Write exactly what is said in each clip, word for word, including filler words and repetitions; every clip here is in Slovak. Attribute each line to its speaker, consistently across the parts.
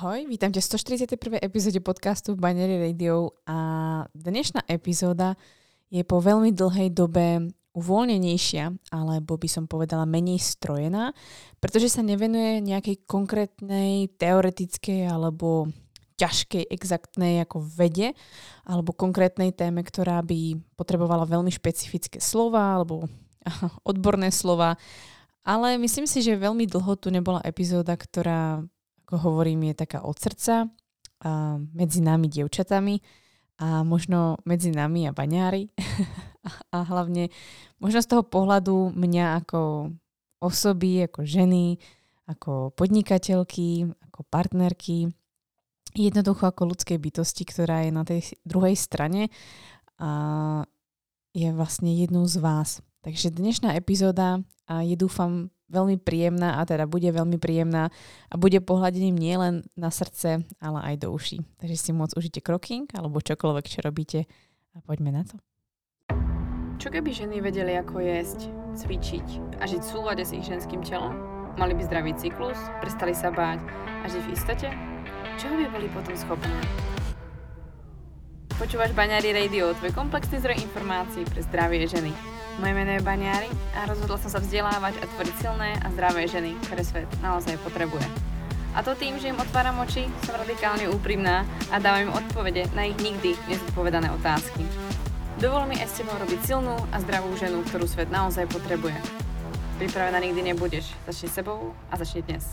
Speaker 1: Ahoj, vítam ťa v stoštyridsiatej prvej epizóde podcastu Binary Radio a dnešná epizóda je po veľmi dlhej dobe uvoľnenejšia, alebo by som povedala menej strojená, pretože sa nevenuje nejakej konkrétnej teoretickej alebo ťažkej, exaktnej ako vede alebo konkrétnej téme, ktorá by potrebovala veľmi špecifické slova alebo odborné slova. Ale myslím si, že veľmi dlho tu nebola epizóda, ktorá, ako hovorím, je taká od srdca a medzi nami dievčatami a možno medzi nami a baňári. A hlavne možno z toho pohľadu mňa ako osoby, ako ženy, ako podnikateľky, ako partnerky, jednoducho ako ľudskej bytosti, ktorá je na tej druhej strane a je vlastne jednou z vás. Takže dnešná epizóda je, dúfam, veľmi príjemná a teda bude veľmi príjemná a bude pohľadením nielen na srdce, ale aj do uší. Takže si môcť užite kroking alebo čokoľvek, čo robíte a poďme na to.
Speaker 2: Čo keby ženy vedeli, ako jesť, cvičiť a žiť v súlade s ich ženským telom? Mali by zdravý cyklus, prestali sa báť a žiť v istote? Čoho by boli potom schopné? Počúvaš Binary Radio, tvoj komplexný zdroj informácií pre zdravie ženy. Moje meno je Baňári a rozhodla som sa vzdelávať a tvoriť silné a zdravé ženy, ktoré svet naozaj potrebuje. A to tým, že im otváram oči, som radikálne úprimná a dávam im odpovede na ich nikdy nezodpovedané otázky. Dovol mi aj s tebou robiť silnú a zdravú ženu, ktorú svet naozaj potrebuje. Pripravená nikdy nebudeš. Začni sebou a začni dnes.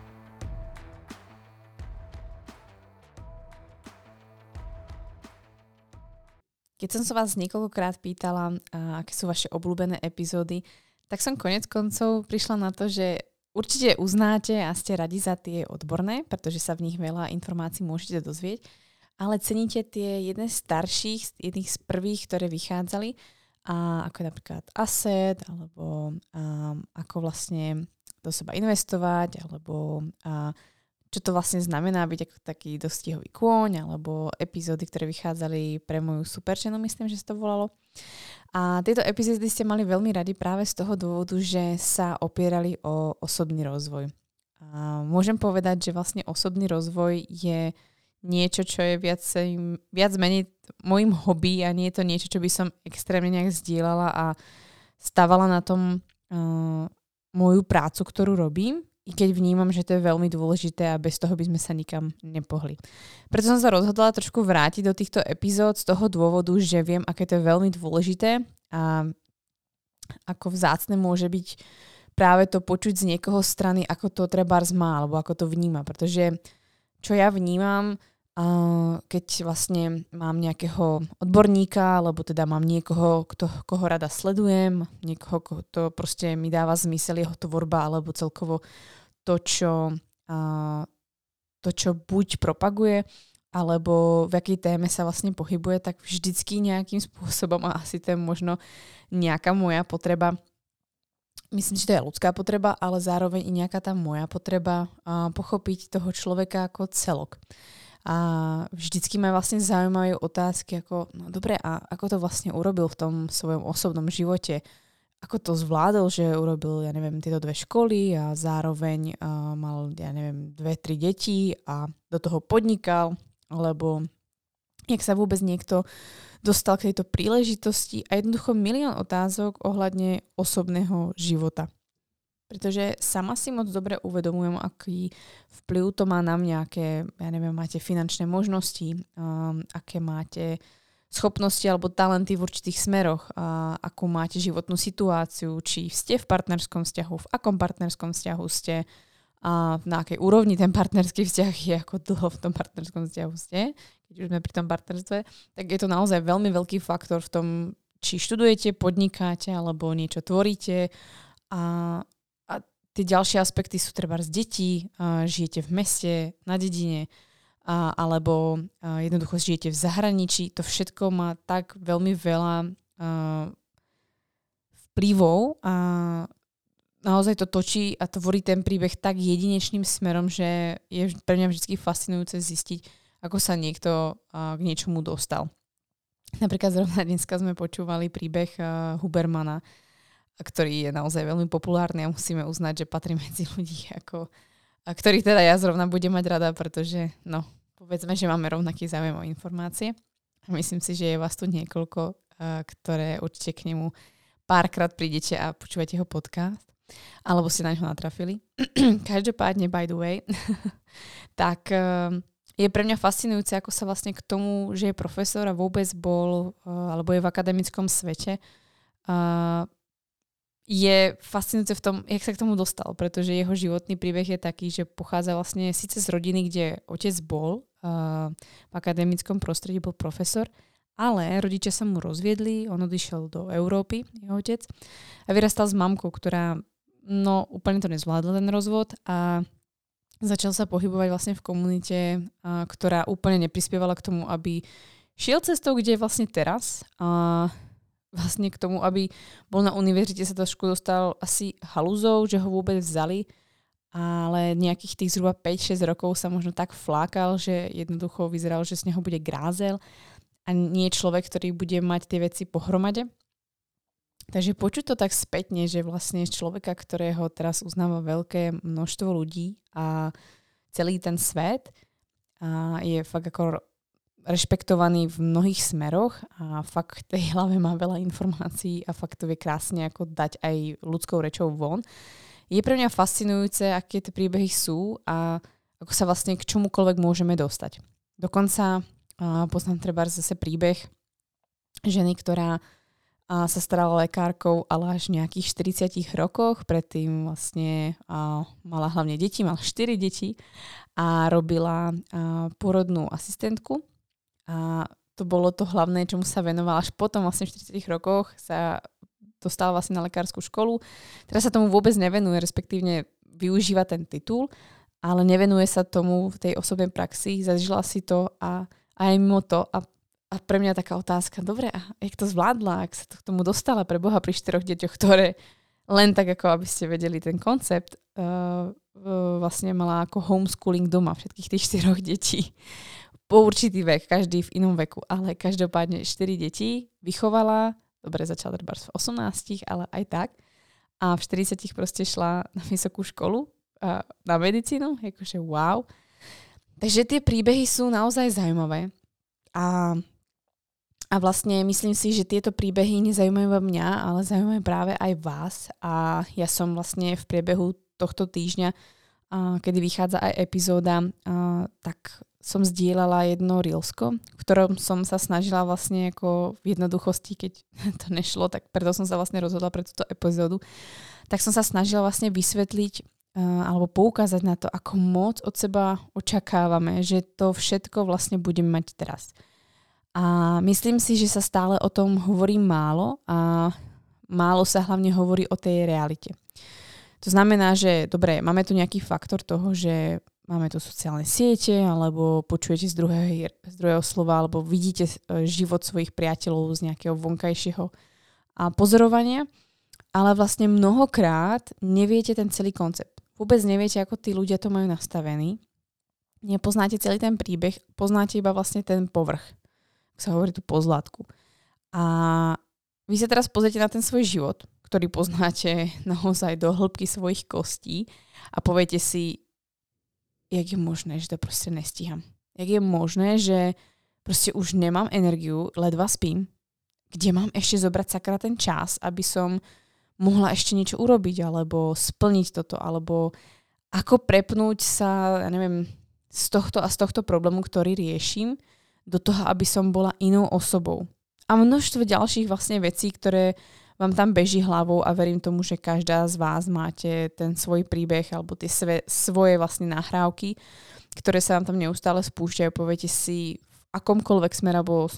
Speaker 1: Keď som sa vás niekoľkokrát pýtala, a aké sú vaše obľúbené epizódy, tak som konec koncov prišla na to, že určite uznáte a ste radi za tie odborné, pretože sa v nich veľa informácií môžete dozvieť, ale ceníte tie jedné starších, jedných z prvých, ktoré vychádzali, a ako napríklad asset, alebo um, ako vlastne do seba investovať, alebo uh, čo to vlastne znamená byť ako taký dostihový kôň, alebo epizódy, ktoré vychádzali pre moju superženu, myslím, že sa to volalo. A tieto epizódy ste mali veľmi radi práve z toho dôvodu, že sa opierali o osobný rozvoj. A môžem povedať, že vlastne osobný rozvoj je niečo, čo je viac, viac menej môjim hobby a nie je to niečo, čo by som extrémne nejak zdieľala a stávala na tom uh, moju prácu, ktorú robím. I keď vnímam, že to je veľmi dôležité a bez toho by sme sa nikam nepohli. Preto som sa rozhodla trošku vrátiť do týchto epizód z toho dôvodu, že viem, aké to je veľmi dôležité a ako vzácne môže byť práve to počuť z niekoho strany, ako to trebárs má, alebo ako to vníma. Pretože čo ja vnímam, keď vlastne mám nejakého odborníka, alebo teda mám niekoho, kto, koho rada sledujem, niekoho, koho to proste mi dáva zmysel jeho tvorba, alebo celkovo to, čo, uh, to, čo buď propaguje, alebo v akej téme sa vlastne pohybuje, tak vždycky nejakým spôsobom, a asi to je možno nejaká moja potreba, myslím, že to je ľudská potreba, ale zároveň i nejaká tá moja potreba uh, pochopiť toho človeka ako celok. A vždycky ma vlastne zaujímajú otázky ako, no dobre, a ako to vlastne urobil v tom svojom osobnom živote? Ako to zvládol, že urobil, ja neviem, tieto dve školy a zároveň uh, mal, ja neviem, dve, tri deti a do toho podnikal, alebo jak sa vôbec niekto dostal k tejto príležitosti a jednoducho milión otázok ohľadne osobného života. Pretože sama si moc dobre uvedomujem, aký vplyv to má na mňa, aké, ja neviem, máte finančné možnosti, um, aké máte schopnosti alebo talenty v určitých smeroch, a akú máte životnú situáciu, či ste v partnerskom vzťahu, v akom partnerskom vzťahu ste a na akej úrovni ten partnerský vzťah je, ako dlho v tom partnerskom vzťahu ste, keď už sme pri tom partnerstve, tak je to naozaj veľmi veľký faktor v tom, či študujete, podnikáte alebo niečo tvoríte a tie ďalšie aspekty sú trebárs detí, žijete v meste, na dedine, a, alebo a jednoducho žijete v zahraničí. To všetko má tak veľmi veľa a, vplyvov a naozaj to točí a tvorí ten príbeh tak jedinečným smerom, že je pre mňa vždy fascinujúce zistiť, ako sa niekto a, k niečomu dostal. Napríklad zrovna dneska sme počúvali príbeh a, Hubermana, ktorý je naozaj veľmi populárny a musíme uznať, že patrí medzi ľudí ako a ktorých teda ja zrovna budem mať rada, pretože no, povedzme, že máme rovnaký záujem o informácie. Myslím si, že je vás tu niekoľko, ktoré určite k nemu párkrát prídete a počúvate jeho podcast. Alebo ste na ňo natrafili. Každopádne, by the way, tak je pre mňa fascinujúce, ako sa vlastne k tomu, že je profesor a vôbec bol, alebo je v akademickom svete, je fascinujúce v tom, jak sa k tomu dostal, pretože jeho životný príbeh je taký, že pochádza vlastne síce z rodiny, kde otec bol v akademickom prostredí, bol profesor, ale rodičia sa mu rozviedli, on odišiel do Európy, jeho otec, a vyrastal s mamkou, ktorá no úplne to nezvládla ten rozvod a začal sa pohybovať vlastne v komunite, a, ktorá úplne neprispievala k tomu, aby šiel cestou, kde je vlastne teraz. A vlastne k tomu, aby bol na univerzite, sa trošku dostal asi halúzou, že ho vôbec vzali, ale nejakých tých zhruba päť šesť rokov sa možno tak flákal, že jednoducho vyzeral, že z neho bude grázel a nie človek, ktorý bude mať tie veci pohromade. Takže počuť to tak spätne, že vlastne človeka, ktorého teraz uznáva veľké množstvo ľudí a celý ten svet a je fakt ako rešpektovaný v mnohých smeroch a fakt v tej hlave má veľa informácií a fakt to vie krásne ako dať aj ľudskou rečou von. Je pre mňa fascinujúce, aké tie príbehy sú a ako sa vlastne k čomukoľvek môžeme dostať. Dokonca a poznám treba zase príbeh ženy, ktorá a sa starala lekárkou, ale až v nejakých štyridsiatich rokoch. Predtým vlastne a, mala hlavne deti, mala štyri deti a robila a, porodnú asistentku. A to bolo to hlavné, čomu sa venovala. Až potom vlastne v štyridsiatich rokoch sa dostala vlastne na lekárskú školu. Teraz sa tomu vôbec nevenuje, respektívne využíva ten titul, ale nevenuje sa tomu v tej osobnej praxi. Zažila si to a aj mimo to a A pre mňa taká otázka, dobre, a jak to zvládla, ak sa to k tomu dostala pre Boha pri štyroch deťoch, ktoré len tak, ako aby ste vedeli ten koncept, uh, uh, vlastne mala ako homeschooling doma všetkých tých štyroch detí. Po určitý vek, každý v inom veku, ale každopádne štyri deti vychovala, dobre, začala treba v osemnástich, ale aj tak. A v štyridsiatich proste šla na vysokú školu, uh, na medicínu, akože wow. Takže tie príbehy sú naozaj zaujímavé. A A vlastne myslím si, že tieto príbehy nezaujímajú iba mňa, ale zaujímajú práve aj vás. A ja som vlastne v priebehu tohto týždňa, a kedy vychádza aj epizóda, a tak som zdieľala jedno reelsko, v ktorom som sa snažila vlastne ako v jednoduchosti, keď to nešlo, tak preto som sa vlastne rozhodla pre túto epizódu, tak som sa snažila vlastne vysvetliť alebo poukázať na to, ako moc od seba očakávame, že to všetko vlastne budeme mať teraz. A myslím si, že sa stále o tom hovorí málo a málo sa hlavne hovorí o tej realite. To znamená, že dobre, máme tu nejaký faktor toho, že máme tu sociálne siete, alebo počujete z druhého, z druhého slova, alebo vidíte život svojich priateľov z nejakého vonkajšieho pozorovania, ale vlastne mnohokrát neviete ten celý koncept. Vôbec neviete, ako tí ľudia to majú nastavený. Nepoznáte celý ten príbeh, poznáte iba vlastne ten povrch. Sa hovorí tu pozlátku. A vy sa teraz pozrite na ten svoj život, ktorý poznáte naozaj do hĺbky svojich kostí a poviete si, jak je možné, že to proste nestíham. Jak je možné, že proste už nemám energiu, ledva spím, kde mám ešte zobrať sakra ten čas, aby som mohla ešte niečo urobiť, alebo splniť toto, alebo ako prepnúť sa, ja neviem, z tohto a z tohto problému, ktorý riešim, do toho, aby som bola inou osobou. A množstvo ďalších vlastne vecí, ktoré vám tam beží hlavou a verím tomu, že každá z vás máte ten svoj príbeh alebo tie sve, svoje vlastne nahrávky, ktoré sa vám tam neustále spúšťajú. Poviete si v akomkoľvek smer alebo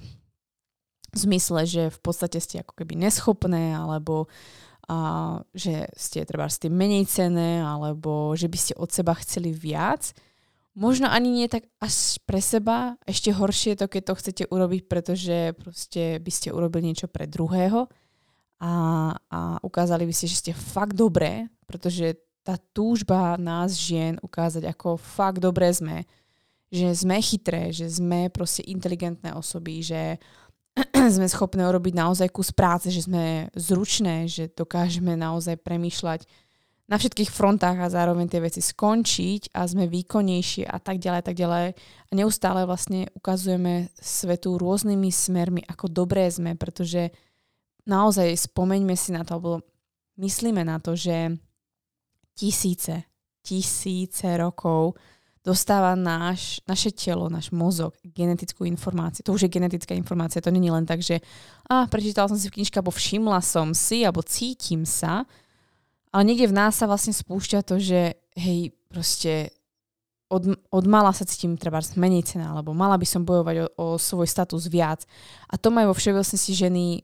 Speaker 1: v zmysle, že v podstate ste ako keby neschopné alebo a, že ste treba s tým menej cenné alebo že by ste od seba chceli viac. Možno ani nie tak až pre seba, ešte horšie to, keď to chcete urobiť, pretože proste by ste urobili niečo pre druhého a, a ukázali by ste, že ste fakt dobré, pretože tá túžba nás žien ukázať, ako fakt dobré sme, že sme chytré, že sme proste inteligentné osoby, že sme schopné urobiť naozaj kus práce, že sme zručné, že dokážeme naozaj premýšľať na všetkých frontách a zároveň tie veci skončiť a sme výkonnejšie a tak ďalej, tak ďalej. A neustále vlastne ukazujeme svetu rôznymi smermi, ako dobré sme, pretože naozaj spomeňme si na to, alebo myslíme na to, že tisíce, tisíce rokov dostáva náš, naše telo, náš mozog, genetickú informáciu. To už je genetická informácia, to nie je len tak, že a, prečítala som si v knižke, alebo všimla som si, alebo cítim sa, ale niekde v nás sa vlastne spúšťa to, že hej, proste od, od mala sa cítim treba menej cená, alebo mala by som bojovať o, o svoj status viac. A to majú vo všeobecnosti ženy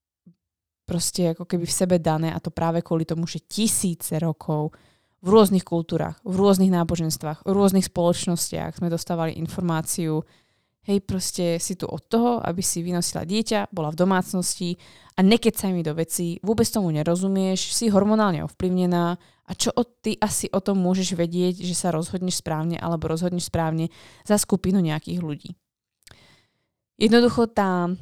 Speaker 1: proste ako keby v sebe dané, a to práve kvôli tomu, že tisíce rokov v rôznych kultúrach, v rôznych náboženstvách, v rôznych spoločnostiach sme dostávali informáciu, hej, proste si tu od toho, aby si vynosila dieťa, bola v domácnosti a nekecaj mi do vecí, vôbec tomu nerozumieš, si hormonálne ovplyvnená a čo o, ty asi o tom môžeš vedieť, že sa rozhodneš správne alebo rozhodneš správne za skupinu nejakých ľudí. Jednoducho tá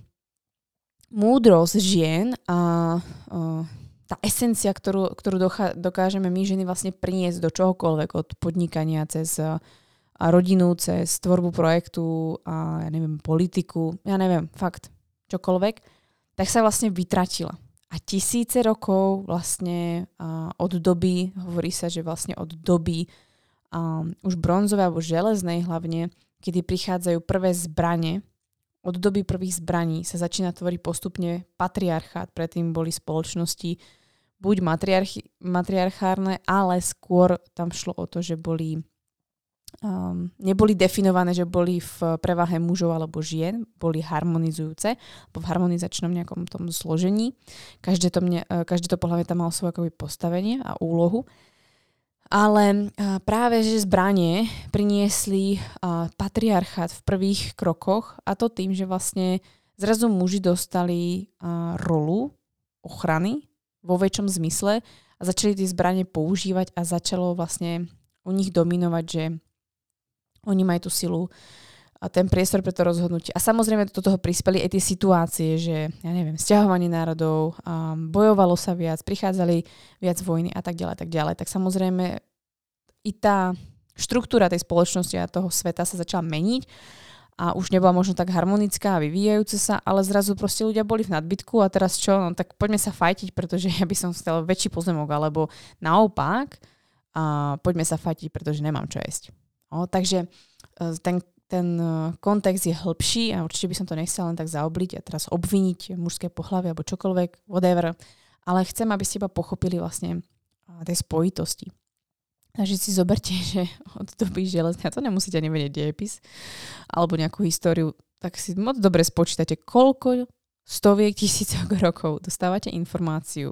Speaker 1: múdrosť žien a uh, tá esencia, ktorú, ktorú docha- dokážeme my ženy vlastne priniesť do čohokoľvek, od podnikania cez uh, rodinu, cez tvorbu projektu a ja neviem, politiku, ja neviem, fakt, čokoľvek, tak sa vlastne vytratila. A tisíce rokov vlastne uh, od doby, hovorí sa, že vlastne od doby um, už bronzovej alebo železnej hlavne, kedy prichádzajú prvé zbrane, od doby prvých zbraní sa začína tvoriť postupne patriarchát. Predtým boli spoločnosti buď matriarchi- matriarchárne, ale skôr tam šlo o to, že boli um, neboli definované, že boli v prevahe mužov alebo žien, boli harmonizujúce, v harmonizačnom nejakom tom zložení. Každé to, mne, každé to pohlavie tam malo svoje akoby postavenie a úlohu. Ale práve, že zbranie priniesli patriarchát v prvých krokoch, a to tým, že vlastne zrazu muži dostali rolu ochrany vo väčšom zmysle a začali tie zbranie používať a začalo vlastne u nich dominovať, že oni majú tú silu a ten priestor pre to rozhodnutie. A samozrejme do toho prispeli aj tie situácie, že ja neviem, sťahovanie národov, um, bojovalo sa viac, prichádzali viac vojny a tak ďalej, tak ďalej. Tak samozrejme i tá štruktúra tej spoločnosti a toho sveta sa začala meniť a už nebola možno tak harmonická a vyvíjajúca sa, ale zrazu proste ľudia boli v nadbytku a teraz čo? No tak poďme sa fajtiť, pretože ja by som chcela väčší pozemok, alebo naopak a poďme sa fajtiť, pretože nemám čo jesť. O, takže ten Ten kontext je hĺbší a určite by som to nechcela len tak zaobliť a teraz obviniť mužské pohlavie alebo čokoľvek, whatever. Ale chcem, aby ste iba pochopili vlastne tej spojitosti. Takže si zoberte, že od doby železnej, to nemusíte ani vedieť dejepis alebo nejakú históriu, tak si moc dobre spočítate, koľko stoviek tisícok rokov dostávate informáciu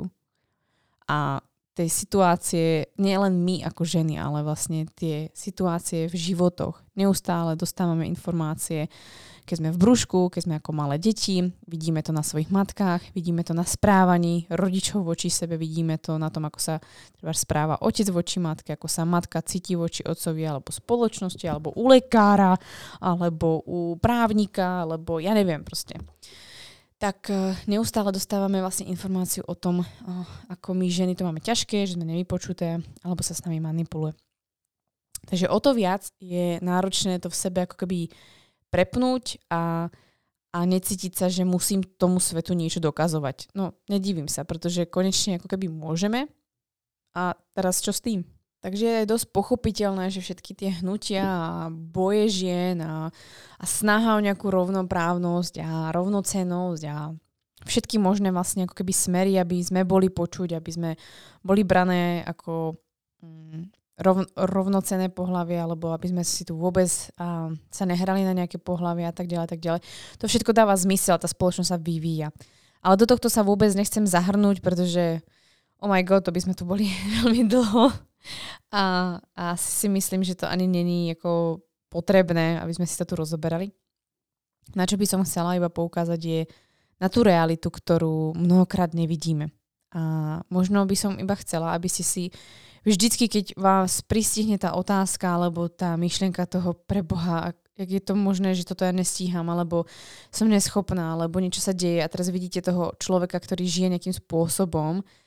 Speaker 1: a tej situácie, nie len my ako ženy, ale vlastne tie situácie v životoch. Neustále dostávame informácie, keď sme v brúšku, keď sme ako malé deti, vidíme to na svojich matkách, vidíme to na správaní rodičov voči sebe, vidíme to na tom, ako sa treba správa otec voči matke, ako sa matka cíti voči otcovi, alebo spoločnosti, alebo u lekára, alebo u právnika, alebo ja neviem proste. Tak neustále dostávame vlastne informáciu o tom, ako my ženy to máme ťažké, že sme nevypočuté, alebo sa s nami manipuluje. Takže o to viac je náročné to v sebe ako keby prepnúť a, a necítiť sa, že musím tomu svetu niečo dokazovať. No, nedivím sa, pretože konečne ako keby môžeme a teraz čo s tým? Takže je dosť pochopiteľné, že všetky tie hnutia a boje žien a, a snaha o nejakú rovnoprávnosť a rovnocennosť a všetky možné vlastne ako keby smery, aby sme boli počuť, aby sme boli brané ako mm, rov, rovnocenné pohlavie, alebo aby sme si tu vôbec a, sa nehrali na nejaké pohlavie a tak ďalej, tak ďalej. To všetko dáva zmysel, tá spoločnosť sa vyvíja. Ale do tohto sa vôbec nechcem zahrnúť, pretože oh my god, to by sme tu boli veľmi dlho. A, a si myslím, že to ani není ako potrebné, aby sme si to tu rozoberali. Na čo by som chcela iba poukázať je na tú realitu, ktorú mnohokrát nevidíme. A možno by som iba chcela, aby ste si vždycky, keď vás pristihne tá otázka alebo tá myšlienka toho pre Boha, jak je to možné, že toto ja nestíham, alebo som neschopná, alebo niečo sa deje a teraz vidíte toho človeka, ktorý žije nejakým spôsobom,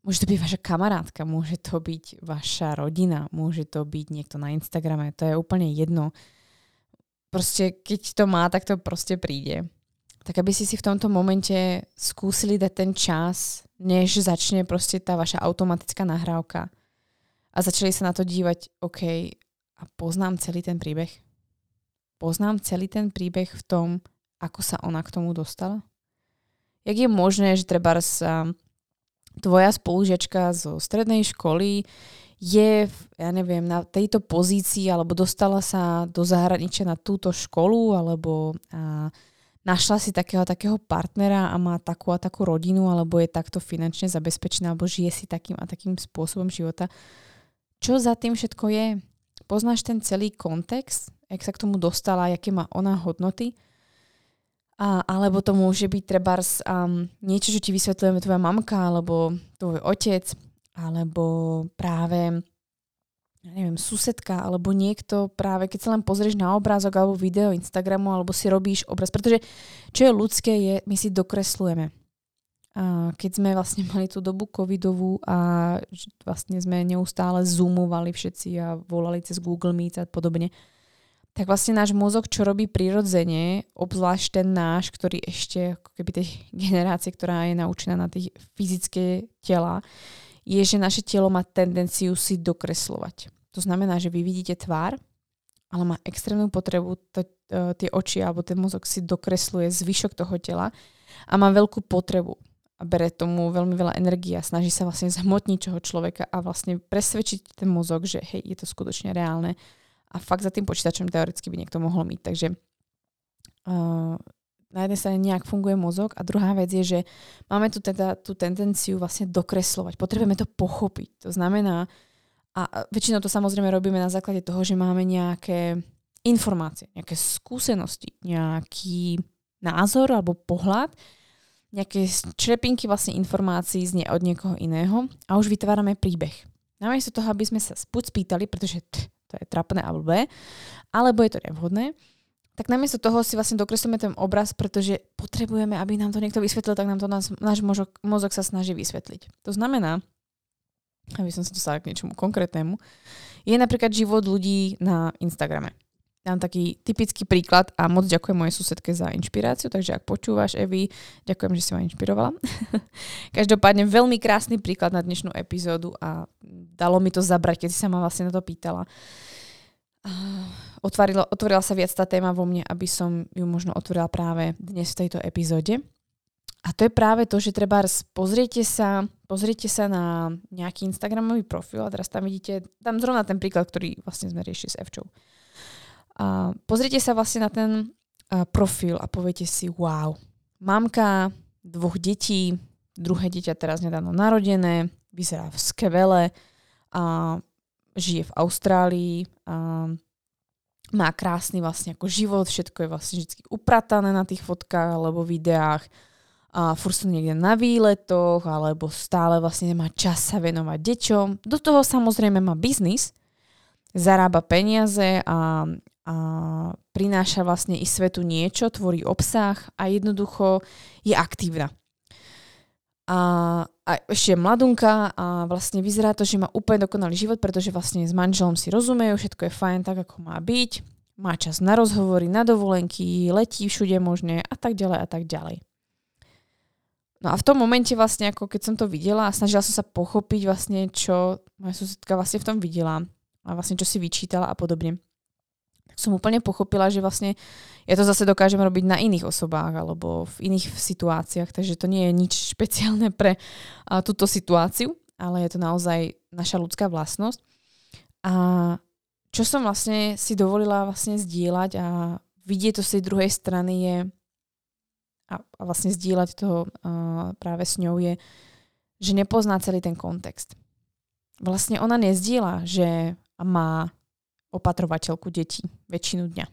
Speaker 1: môže to byť vaša kamarátka, môže to byť vaša rodina, môže to byť niekto na Instagrame, to je úplne jedno. Proste keď to má, tak to proste príde. Tak aby si si v tomto momente skúsili dať ten čas, než začne proste tá vaša automatická nahrávka. A začali sa na to dívať, OK, a poznám celý ten príbeh? Poznám celý ten príbeh v tom, ako sa ona k tomu dostala? Jak je možné, že trebárs tvoja spolužiačka zo strednej školy je, ja neviem, na tejto pozícii alebo dostala sa do zahraničia na túto školu alebo a, našla si takého takého partnera a má takú a takú rodinu alebo je takto finančne zabezpečená alebo žije si takým a takým spôsobom života. Čo za tým všetko je? Poznáš ten celý kontext, jak sa k tomu dostala, aké má ona hodnoty? A, alebo to môže byť trebárs um, niečo, čo ti vysvetľujeme tvoja mamka alebo tvoj otec alebo práve, ja neviem, susedka, alebo niekto práve, keď sa len pozrieš na obrázok alebo video Instagramu, alebo si robíš obraz. Pretože čo je ľudské, je, my si dokreslujeme. A keď sme vlastne mali tú dobu covidovú a vlastne sme neustále zoomovali všetci a volali cez Google Meet a podobne, tak vlastne náš mozog, čo robí prirodzene, obzvlášť ten náš, ktorý ešte, ako keby tej generácie, ktorá je naučená na tie fyzické tela, je, že naše telo má tendenciu si dokreslovať. To znamená, že vy vidíte tvár, ale má extrémnu potrebu t- t- tie oči alebo ten mozog si dokresluje zvyšok toho tela a má veľkú potrebu a bere tomu veľmi veľa energie a snaží sa vlastne zhmotniť toho človeka a vlastne presvedčiť ten mozog, že hej, je to skutočne reálne a fakt za tým počítačom teoreticky by niekto mohol mať. Takže uh, na jednej strane nejak funguje mozog a druhá vec je, že máme tu teda tú tendenciu vlastne dokreslovať. Potrebujeme to pochopiť. To znamená, a väčšinou to samozrejme robíme na základe toho, že máme nejaké informácie, nejaké skúsenosti, nejaký názor alebo pohľad, nejaké črepinky vlastne informácií z nie, od niekoho iného a už vytvárame príbeh. Namiesto toho, aby sme sa buď spýtali, pretože t- to je trapné alebo B, alebo je to nevhodné, tak namiesto toho si vlastne dokreslíme ten obraz, pretože potrebujeme, aby nám to niekto vysvetlil, tak nám to nás, náš mozog, mozog sa snaží vysvetliť. To znamená, aby som sa dostala k niečomu konkrétnemu, je napríklad život ľudí na Instagrame. Dám taký typický príklad a moc ďakujem mojej susedke za inšpiráciu, takže ak počúvaš, Evi, ďakujem, že si ma inšpirovala. Každopádne veľmi krásny príklad na dnešnú epizódu a dalo mi to zabrať, keď si sa ma vlastne na to pýtala. Otvorila, otvorila sa viac tá téma vo mne, aby som ju možno otvorila práve dnes v tejto epizóde. A to je práve to, že treba pozriete sa, pozriete sa na nejaký Instagramový profil a teraz tam vidíte, dám zrovna ten príklad, ktorý vlastne sme riešili s Evčou. A pozrite sa vlastne na ten a, profil a poviete si, wow, mamka dvoch detí, druhé dieťa teraz nedávno narodené, vyzerá skvele a žije v Austrálii, a má krásny vlastne ako život, všetko je vlastne vždy upratané na tých fotkách alebo videách a furt sú niekde na výletoch alebo stále vlastne nemá čas sa venovať deťom. Do toho samozrejme má biznis, zarába peniaze a, a prináša vlastne i svetu niečo, tvorí obsah a jednoducho je aktívna. A, a ešte je mladunka a vlastne vyzerá to, že má úplne dokonalý život, pretože vlastne s manželom si rozumejú, všetko je fajn tak, ako má byť, má čas na rozhovory, na dovolenky, letí všude možné a tak ďalej a tak ďalej. No a v tom momente vlastne, ako keď som to videla a snažila som sa pochopiť vlastne, čo moja susedka vlastne v tom videla a vlastne čo si vyčítala a podobne, tak som úplne pochopila, že vlastne ja to zase dokážem robiť na iných osobách alebo v iných situáciách, takže to nie je nič špeciálne pre a, túto situáciu, ale je to naozaj naša ľudská vlastnosť. A čo som vlastne si dovolila vlastne zdieľať a vidieť to z tej druhej strany je a, a vlastne zdieľať to a, práve s ňou je, že nepozná celý ten kontext. Vlastne ona nezdieľa, že má opatrovateľku detí väčšinu dňa.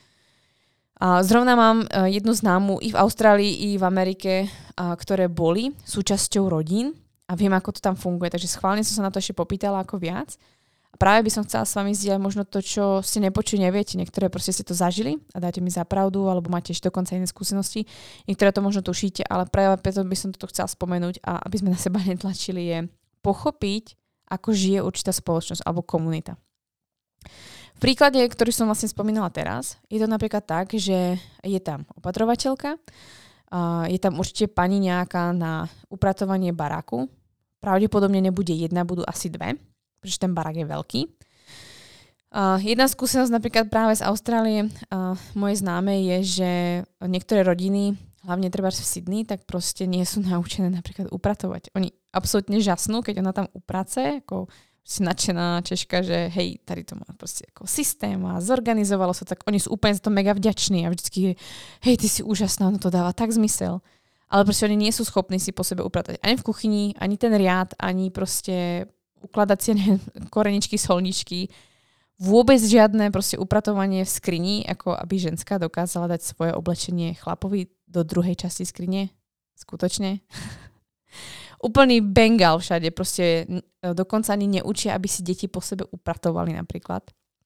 Speaker 1: A zrovna mám jednu známu i v Austrálii, i v Amerike, a, ktoré boli súčasťou rodín a viem, ako to tam funguje, takže schválne som sa na to ešte popýtala ako viac. A práve by som chcela s vami zdieľať možno to, čo ste nepočuli, neviete. Niektoré proste ste to zažili a dáte mi za pravdu, alebo máte ešte dokonca iné skúsenosti. Niektoré to možno tušíte, ale práve preto by som toto chcela spomenúť a aby sme na seba netlačili, je pochopiť, ako žije určitá spoločnosť alebo komunita. V príklade, ktorý som vlastne spomínala teraz, je to napríklad tak, že je tam opatrovateľka, je tam určite pani nejaká na upratovanie baráku. Pravdepodobne nebude jedna, budú asi dve, pretože ten barák je veľký. Jedna skúsenosť napríklad práve z Austrálie mojej známej je, že niektoré rodiny, hlavne treba v Sydney, tak proste nie sú naučené napríklad upratovať. Oni absolútne žasnú, keď ona tam uprace, ako si nadšená Češka, že hej, tady to má proste ako systém a zorganizovalo sa, tak oni sú úplne za to mega vďační a vždycky, hej, ty si úžasná, no to dáva tak zmysel. Ale proste oni nie sú schopní si po sebe upratať ani v kuchyni, ani ten riad, ani proste ukladať si koreničky, solničky, vôbec žiadne proste upratovanie v skrini, ako aby ženská dokázala dať svoje oblečenie chlapovi do druhej časti skrine. Skutočne. Úplný bengal všade, proste dokonca ani neučia, aby si deti po sebe upratovali napríklad.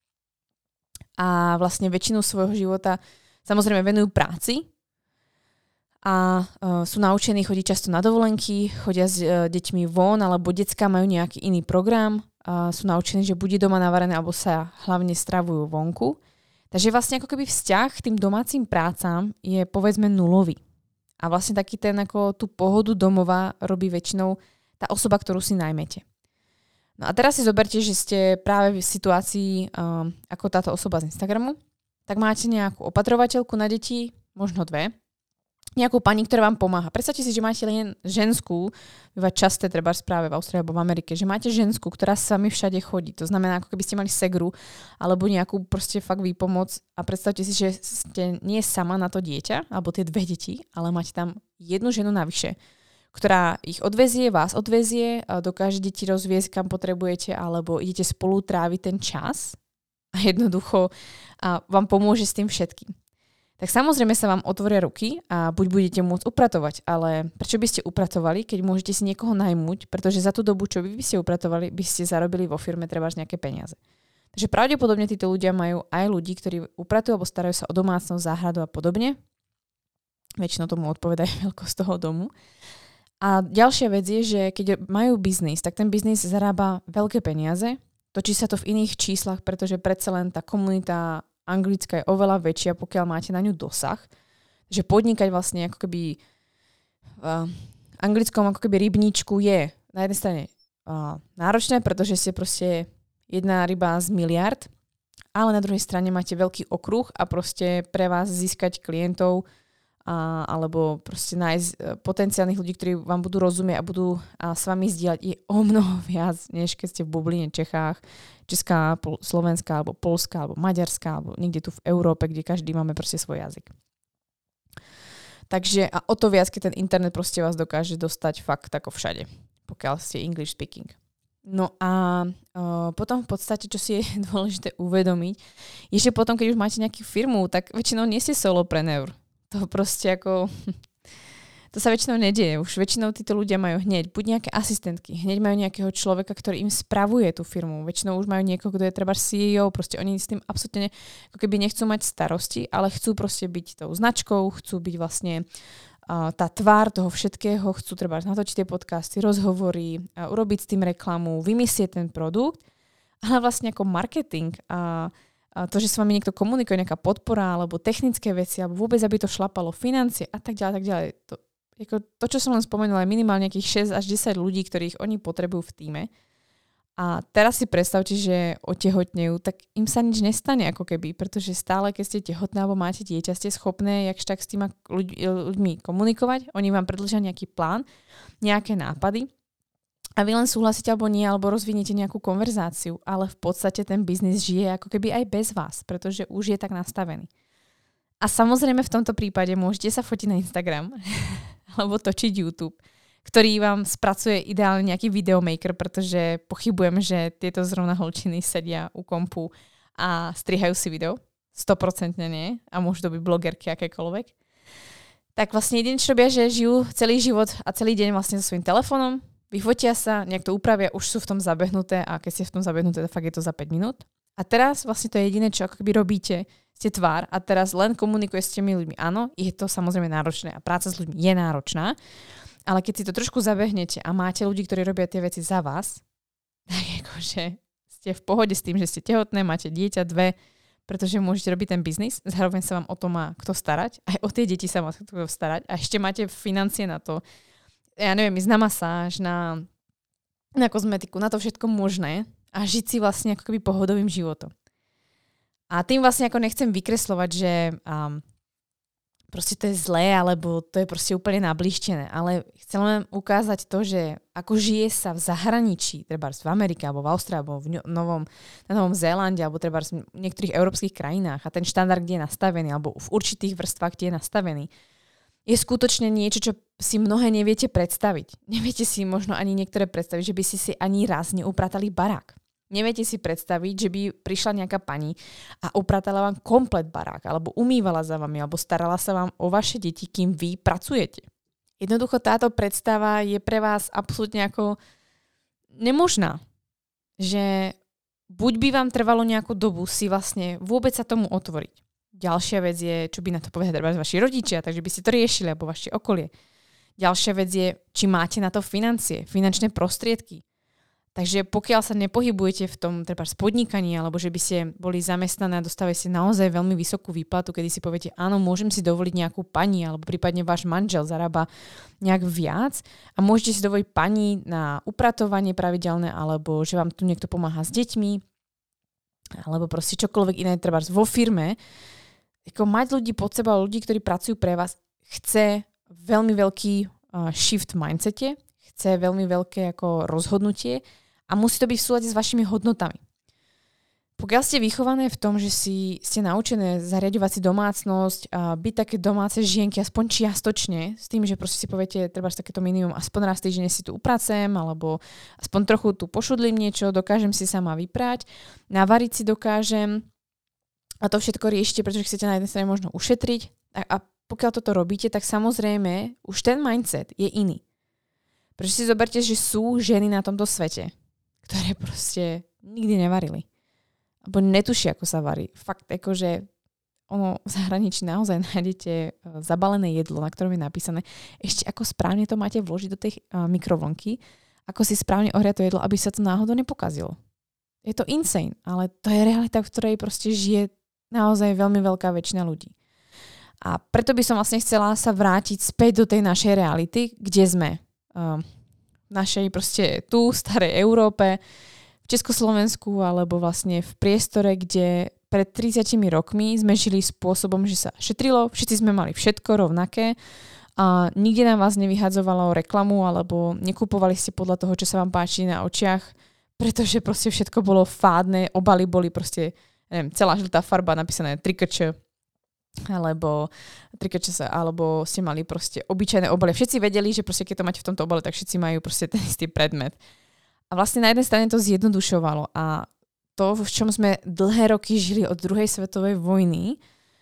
Speaker 1: A vlastne väčšinu svojho života samozrejme venujú práci a uh, sú naučení chodiť často na dovolenky, chodia s uh, deťmi von, alebo decká majú nejaký iný program, uh, sú naučení, že bude doma navarené, alebo sa hlavne stravujú vonku. Takže vlastne ako keby vzťah k tým domácim prácam je povedzme nulový. A vlastne taký ten, ako tú pohodu domova robí väčšinou tá osoba, ktorú si najmete. No a teraz si zoberte, že ste práve v situácii um, ako táto osoba z Instagramu, tak máte nejakú opatrovateľku na deti, možno dve, nejakú pani, ktorá vám pomáha. Predstavte si, že máte len ženskú, býva časté treba správe v Austrálii alebo v Amerike, že máte ženskú, ktorá s vami všade chodí. To znamená, ako keby ste mali segru alebo nejakú proste fakt výpomoc a predstavte si, že ste nie sama na to dieťa alebo tie dve deti, ale máte tam jednu ženu navyše, ktorá ich odvezie, vás odvezie, dokáže deti rozviesť, kam potrebujete, alebo idete spolu tráviť ten čas a jednoducho a vám pomôže s tým všetkým. Tak samozrejme sa vám otvoria ruky a buď budete môcť upratovať, ale prečo by ste upratovali, keď môžete si niekoho najmuť, pretože za tú dobu, čo vy by ste upratovali, by ste zarobili vo firme trebárs nejaké peniaze. Takže pravdepodobne títo ľudia majú aj ľudí, ktorí upratujú alebo starajú sa o domácnosť, záhradu a podobne. Väčšinou tomu odpovedajú veľkosť toho domu. A ďalšia vec je, že keď majú biznis, tak ten biznis zarába veľké peniaze. Točí sa to v iných číslach, pretože predsa len tá komunita anglická je oveľa väčšia, pokiaľ máte na ňu dosah. Že podnikať vlastne ako keby v anglickom ako keby rybníčku je na jednej strane uh, náročné, pretože ste proste jedna ryba z miliard, ale na druhej strane máte veľký okruh a proste pre vás získať klientov a, alebo proste nájsť uh, potenciálnych ľudí, ktorí vám budú rozumieť a budú uh, s vami zdieľať je o mnoho viac, než keď ste v bubline Čechách, Česká, Pol- Slovenská, alebo Poľská, alebo Maďarská, alebo niekde tu v Európe, kde každý máme proste svoj jazyk. Takže a o to viac, keď ten internet proste vás dokáže dostať fakt ako všade, pokiaľ ste English speaking. No a uh, potom v podstate, čo si je dôležité uvedomiť, je, že potom, keď už máte nejakú firmu, tak väčšinou nie ste solopreneur. To proste ako... To sa väčšinou nedieje. Už väčšinou títo ľudia majú hneď buď nejaké asistentky, hneď majú nejakého človeka, ktorý im spravuje tú firmu. Väčšinou už majú niekoho, kto je treba C E O, proste oni s tým absolútne ako keby nechcú mať starosti, ale chcú proste byť tou značkou, chcú byť vlastne uh, tá tvár toho všetkého, chcú treba natočiť tie podcasty, rozhovory, uh, urobiť s tým reklamu, vymyslieť ten produkt, ale vlastne ako marketing a uh, to, že s vami niekto komunikuje, nejaká podpora alebo technické veci, alebo vôbec, aby to šlapalo, financie a tak ďalej, tak ďalej. To, Jako to, čo som len spomenula, je minimálne nejakých šesť až desať ľudí, ktorých oni potrebujú v tíme. A teraz si predstavte, že otehotnejú, tak im sa nič nestane ako keby, pretože stále, keď ste tehotné alebo máte dieťa, ste schopné jakž tak s tými ľuďmi komunikovať. Oni vám predĺžia nejaký plán, nejaké nápady a vy len súhlasíte alebo nie, alebo rozviniete nejakú konverzáciu, ale v podstate ten biznis žije ako keby aj bez vás, pretože už je tak nastavený. A samozrejme v tomto prípade môžete sa fotiť na Instagram alebo točiť YouTube, ktorý vám spracuje ideálne nejaký videomaker, pretože pochybujem, že tieto zrovna holčiny sedia u kompu a strihajú si video. sto percent nie. A môžu to byť blogerky akékoľvek. Tak vlastne jediné, čo robia, že žijú celý život a celý deň vlastne so svojím telefónom, vyfotia sa, nejak to upravia, už sú v tom zabehnuté a keď ste v tom zabehnuté, tak fakt je to za päť minút. A teraz vlastne to je jediné, čo ako keby robíte, ste tvár a teraz len komunikujete s tými ľuďmi. Áno, je to samozrejme náročné a práca s ľuďmi je náročná, Ale keď si to trošku zabehnete a máte ľudí, ktorí robia tie veci za vás, tak akože ste v pohode s tým, že ste tehotné, máte dieťa, dve, pretože môžete robiť ten biznis, zároveň sa vám o to má kto starať, aj o tie deti sa má kto starať a ešte máte financie na to, ja neviem, ísť na masáž, na, na kozmetiku, na to všetko možné a žiť si vlastne ako keby pohodovým životom. A tým vlastne ako nechcem vykreslovať, že um, proste to je zlé, alebo to je proste úplne nablíštené. Ale chcem len ukázať to, že ako žije sa v zahraničí, treba v Amerike, alebo v Austrálii, alebo v Novom, na Novom Zélande, alebo treba v niektorých európskych krajinách a ten štandard, kde je nastavený, alebo v určitých vrstvách, kde je nastavený, je skutočne niečo, čo si mnohé neviete predstaviť. Neviete si možno ani niektoré predstaviť, že by si si ani raz neupratali barák. Neviete si predstaviť, že by prišla nejaká pani a upratala vám komplet barák, alebo umývala za vami, alebo starala sa vám o vaše deti, kým vy pracujete. Jednoducho táto predstava je pre vás absolútne ako nemožná. Že buď by vám trvalo nejakú dobu si vlastne vôbec sa tomu otvoriť. Ďalšia vec je, čo by na to povedali vaši rodičia, takže by ste to riešili, alebo vaše okolie. Ďalšia vec je, či máte na to financie, finančné prostriedky. Takže pokiaľ sa nepohybujete v tom treba podnikaní, alebo že by ste boli zamestnané a dostávali ste naozaj veľmi vysokú výplatu, kedy si poviete, áno, môžem si dovoliť nejakú pani, alebo prípadne váš manžel zarába nejak viac a môžete si dovoliť pani na upratovanie pravidelné, alebo že vám tu niekto pomáha s deťmi, alebo proste čokoľvek iné treba vo firme. Ako mať ľudí pod seba, ľudí, ktorí pracujú pre vás, chce veľmi veľký uh, shift v mindsete, chce veľmi veľké ako rozhodnutie, a musí to byť v súlade s vašimi hodnotami. Pokiaľ ste vychované v tom, že si ste naučené zariaďovať si domácnosť, a byť také domáce žienky aspoň čiastočne, s tým, že proste si poviete, treba takéto minimum, aspoň raz týždenne si tu upracem, alebo aspoň trochu tu pošudlím niečo, dokážem si sama vyprať, navariť si dokážem a to všetko riešite, pretože chcete na jednej strane možno ušetriť a, a pokiaľ toto robíte, tak samozrejme už ten mindset je iný. Pretože si zoberte, že sú ženy na tomto svete, ktoré proste nikdy nevarili. Alebo netušia, ako sa varí. Fakt, akože ono v zahraničí naozaj nájdete zabalené jedlo, na ktorom je napísané ešte ako správne to máte vložiť do tej uh, mikrovlnky, ako si správne ohriať to jedlo, aby sa to náhodou nepokazilo. Je to insane, ale to je realita, v ktorej proste žije naozaj veľmi veľká väčšina ľudí. A preto by som vlastne chcela sa vrátiť späť do tej našej reality, kde sme. Uh, v našej proste tu, starej Európe, v Československu, alebo vlastne v priestore, kde pred tridsiatimi rokmi sme žili spôsobom, že sa šetrilo, všetci sme mali všetko rovnaké a nikde nám vás nevyhadzovalo reklamu alebo nekupovali ste podľa toho, čo sa vám páči na očiach, pretože proste všetko bolo fádne, obaly boli proste, neviem, celá žltá farba napísané trikače, alebo trikače sa, alebo ste mali proste obyčajné obaly. Všetci vedeli, že proste keď to máte v tomto obale, tak všetci majú proste ten istý predmet. A vlastne na jednej strane to zjednodušovalo a to, v čom sme dlhé roky žili od druhej svetovej vojny,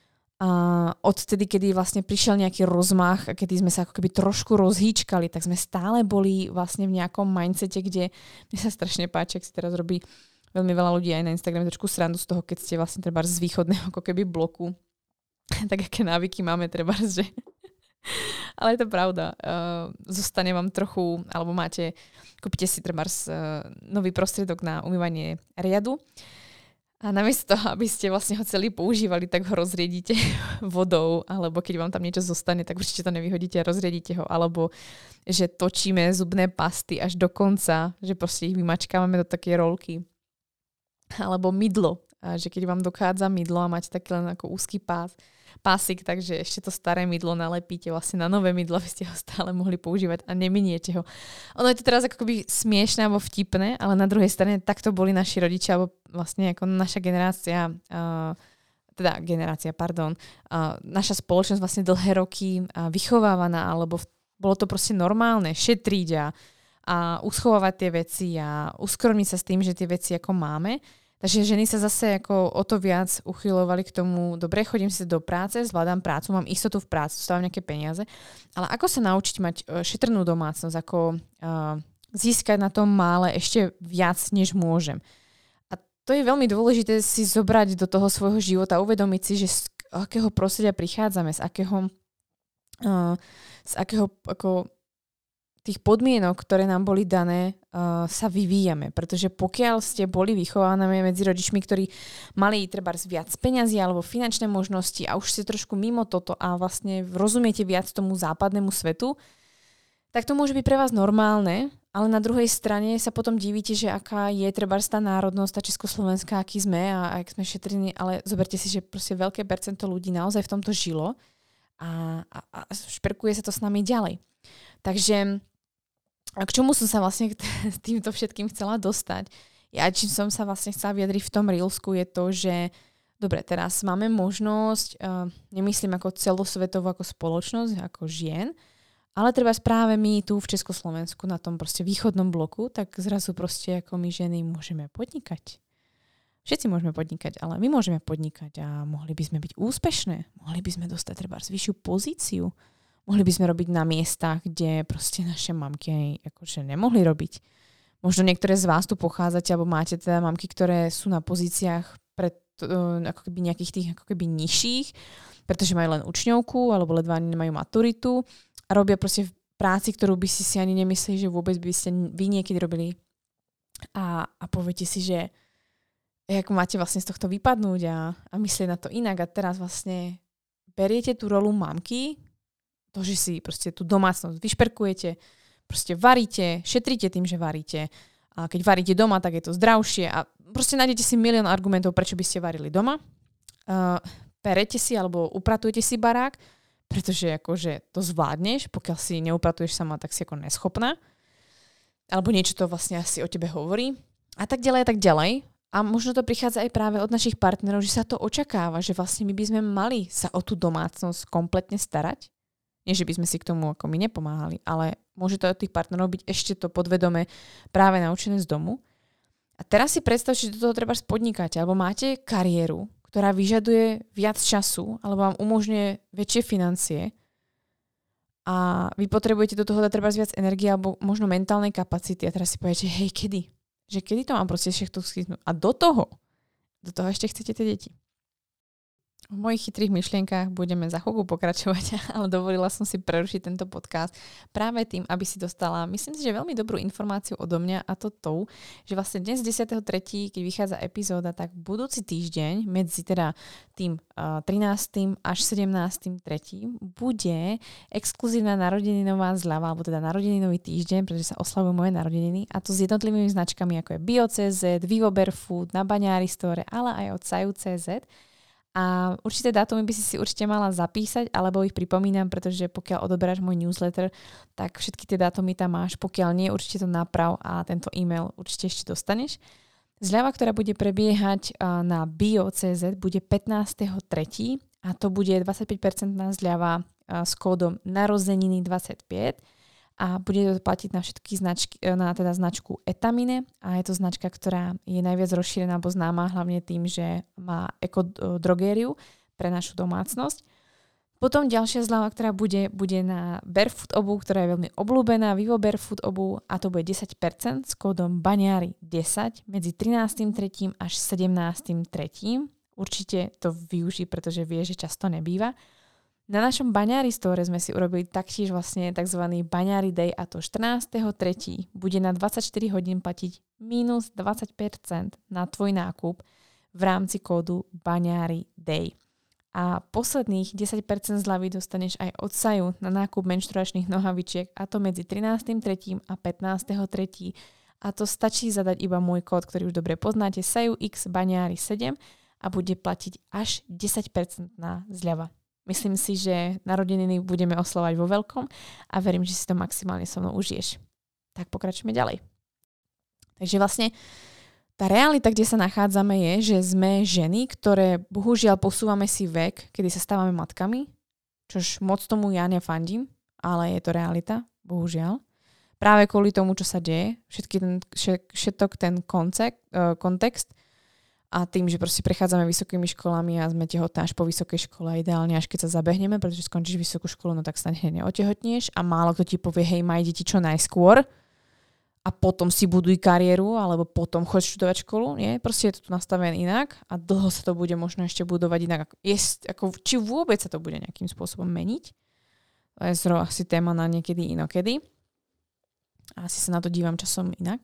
Speaker 1: a od tedy, kedy vlastne prišiel nejaký rozmach a kedy sme sa ako keby trošku rozhýčkali, tak sme stále boli vlastne v nejakom mindsete, kde mne sa strašne páči, ak si teraz robí veľmi veľa ľudí aj na Instagrame trošku srandu z toho, keď ste vlastne treba z východného ako keby bloku. Tak aké návyky máme treba, že... Ale je to pravda. Uh, zostane vám trochu, alebo máte, kúpite si treba uh, nový prostriedok na umývanie riadu a namiesto toho, aby ste vlastne ho celý používali, tak ho rozriedite vodou, alebo keď vám tam niečo zostane, tak určite to nevyhodíte a rozriedite ho, alebo že točíme zubné pasty až do konca, že proste ich vymačkávame do takej rolky. Alebo mydlo, a že keď vám dochádza mydlo a máte taký len ako úzky pás, pásik, takže ešte to staré mydlo nalepíte vlastne na nové mydlo, aby ste ho stále mohli používať a neminiete ho. Ono je to teraz akoby smiešné alebo vtipné, ale na druhej strane takto boli naši rodičia, alebo vlastne ako naša generácia, uh, teda generácia, pardon, uh, naša spoločnosť vlastne dlhé roky uh, vychovávaná, alebo v, bolo to proste normálne šetriť a, a uschovávať tie veci a uskromniť sa s tým, že tie veci ako máme. Takže ženy sa zase ako o to viac uchylovali k tomu, dobre, chodím si do práce, zvládam prácu, mám istotu v práci, dostávam nejaké peniaze, ale ako sa naučiť mať šetrnú domácnosť, ako uh, získať na tom mále ešte viac, než môžem. A to je veľmi dôležité si zobrať do toho svojho života, uvedomiť si, že z akého prostredia prichádzame, z akého, uh, z akého ako tých podmienok, ktoré nám boli dané, uh, sa vyvíjame. Pretože pokiaľ ste boli vychované medzi rodičmi, ktorí mali treba viac peňazí alebo finančné možnosti a už ste trošku mimo toto a vlastne rozumiete viac tomu západnému svetu, tak to môže byť pre vás normálne, ale na druhej strane sa potom divíte, že aká je treba tá národnosť, tá československá, aký sme a ak sme šetrení, ale zoberte si, že proste veľké percento ľudí naozaj v tomto žilo a, a, a šperkuje sa to s nami ďalej. Takže a k čomu som sa vlastne s týmto všetkým chcela dostať? Ja, čím som sa vlastne chcela vyjadriť v tom Reelsku, je to, že dobre, teraz máme možnosť, uh, nemyslím ako celosvetovo, ako spoločnosť, ako žien, ale treba práve my tu v Československu, na tom proste východnom bloku, tak zrazu proste ako my ženy môžeme podnikať. Všetci môžeme podnikať, ale my môžeme podnikať a mohli by sme byť úspešné, mohli by sme dostať treba vyššiu pozíciu, mohli by sme robiť na miestach, kde proste naše mamky akože nemohli robiť. Možno niektoré z vás tu pochádzate, alebo máte teda mamky, ktoré sú na pozíciách pred, uh, ako keby nejakých tých ako keby nižších, pretože majú len učňovku, alebo ledva ani nemajú maturitu a robia proste v práci, ktorú by si si ani nemysleli, že vôbec by ste vy niekedy robili. A, a poviete si, že ako máte vlastne z tohto vypadnúť a, a myslieť na to inak. A teraz vlastne beriete tú rolu mamky, to, že si proste tú domácnosť vyšperkujete, proste varíte, šetríte tým, že varíte. A keď varíte doma, tak je to zdravšie a proste nájdete si milión argumentov, prečo by ste varili doma. Uh, perete si alebo upratujete si barák, pretože akože to zvládneš, pokiaľ si neupratuješ sama, tak si ako neschopná. Alebo niečo to vlastne asi o tebe hovorí. A tak ďalej, a tak ďalej. A možno to prichádza aj práve od našich partnerov, že sa to očakáva, že vlastne my by sme mali sa o tú domácnosť kompletne starať. Nie, že by sme si k tomu ako my nepomáhali, ale môže to od tých partnerov byť ešte to podvedome práve naučené z domu. A teraz si predstavte, že do toho treba podnikať, alebo máte kariéru, ktorá vyžaduje viac času, alebo vám umožňuje väčšie financie a vy potrebujete do toho dať treba viac energie alebo možno mentálnej kapacity a teraz si poviete, hej, kedy? Že kedy to mám proste všetko schytnúť? A do toho, do toho ešte chcete tie deti. V mojich chytrých myšlienkách budeme za chvíľku pokračovať, ale dovolila som si prerušiť tento podcast práve tým, aby si dostala, myslím si, že veľmi dobrú informáciu odo mňa a to tou, že vlastne dnes desiateho tretieho keď vychádza epizóda, tak budúci týždeň medzi teda tým uh, trinástym až sedemnástym tretím bude exkluzívna narodeninová zľava, alebo teda narodeninový týždeň, pretože sa oslavujú moje narodeniny a to s jednotlivými značkami ako je Bio bodka cé zet, Vivo Barefoot, na Baňári Store, ale aj od Saju bodka cé zet. A určité dátumy by si si určite mala zapísať, alebo ich pripomínam, pretože pokiaľ odoberáš môj newsletter, tak všetky tie dátumy tam máš. Pokiaľ nie, určite to naprav a tento e-mail určite ešte dostaneš. Zľava, ktorá bude prebiehať na Bio bodka cé zet, bude pätnásteho tretieho a to bude dvadsaťpäť percent zľava s kódom narozeniny dvadsaťpäť. A bude to platiť na všetky značky, na teda značku Etamine a je to značka, ktorá je najviac rozšírená alebo známa hlavne tým, že má ekodrogériu pre našu domácnosť. Potom ďalšia zľava, ktorá bude, bude na Barefoot obuv, ktorá je veľmi obľúbená, Vivo Barefoot obuv a to bude desať percent s kódom Baňári desať medzi trinástym tretím až sedemnástym tretím Určite to využij, pretože vie, že často nebýva. Na našom Baňári Store sme si urobili taktiež vlastne tzv. Baňári Day a to štrnásteho tretieho bude na dvadsaťštyri hodín platiť mínus dvadsať percent na tvoj nákup v rámci kódu Baňári Day. A posledných desať percent zľavy dostaneš aj od Saju na nákup menštruačných nohavičiek a to medzi trinástym tretím a pätnásteho tretieho A to stačí zadať iba môj kód, ktorý už dobre poznáte, Saju X Baňári sedem a bude platiť až desať percent na zľava. Myslím si, že narodeniny budeme oslavovať vo veľkom a verím, že si to maximálne so mnou užiješ. Tak pokračujeme ďalej. Takže vlastne tá realita, kde sa nachádzame je, že sme ženy, ktoré bohužiaľ posúvame si vek, kedy sa stávame matkami, čož moc tomu ja nefandím, ale je to realita, bohužiaľ. Práve kvôli tomu, čo sa deje, všetky ten, všetok ten koncept, kontext, a tým, že proste prechádzame vysokými školami a sme tehotná až po vysokej škole, ideálne až keď sa zabehneme, pretože skončíš vysokú školu, no tak sa hneď neotehotnieš a málo kto ti povie, hej, maj deti čo najskôr a potom si buduj kariéru alebo potom choď študovať školu. Nie, proste je to tu nastavené inak a dlho sa to bude možno ešte budovať inak. Je, ako, či vôbec sa to bude nejakým spôsobom meniť. To je zrovna asi téma na niekedy inokedy. Asi sa na to dívam časom inak.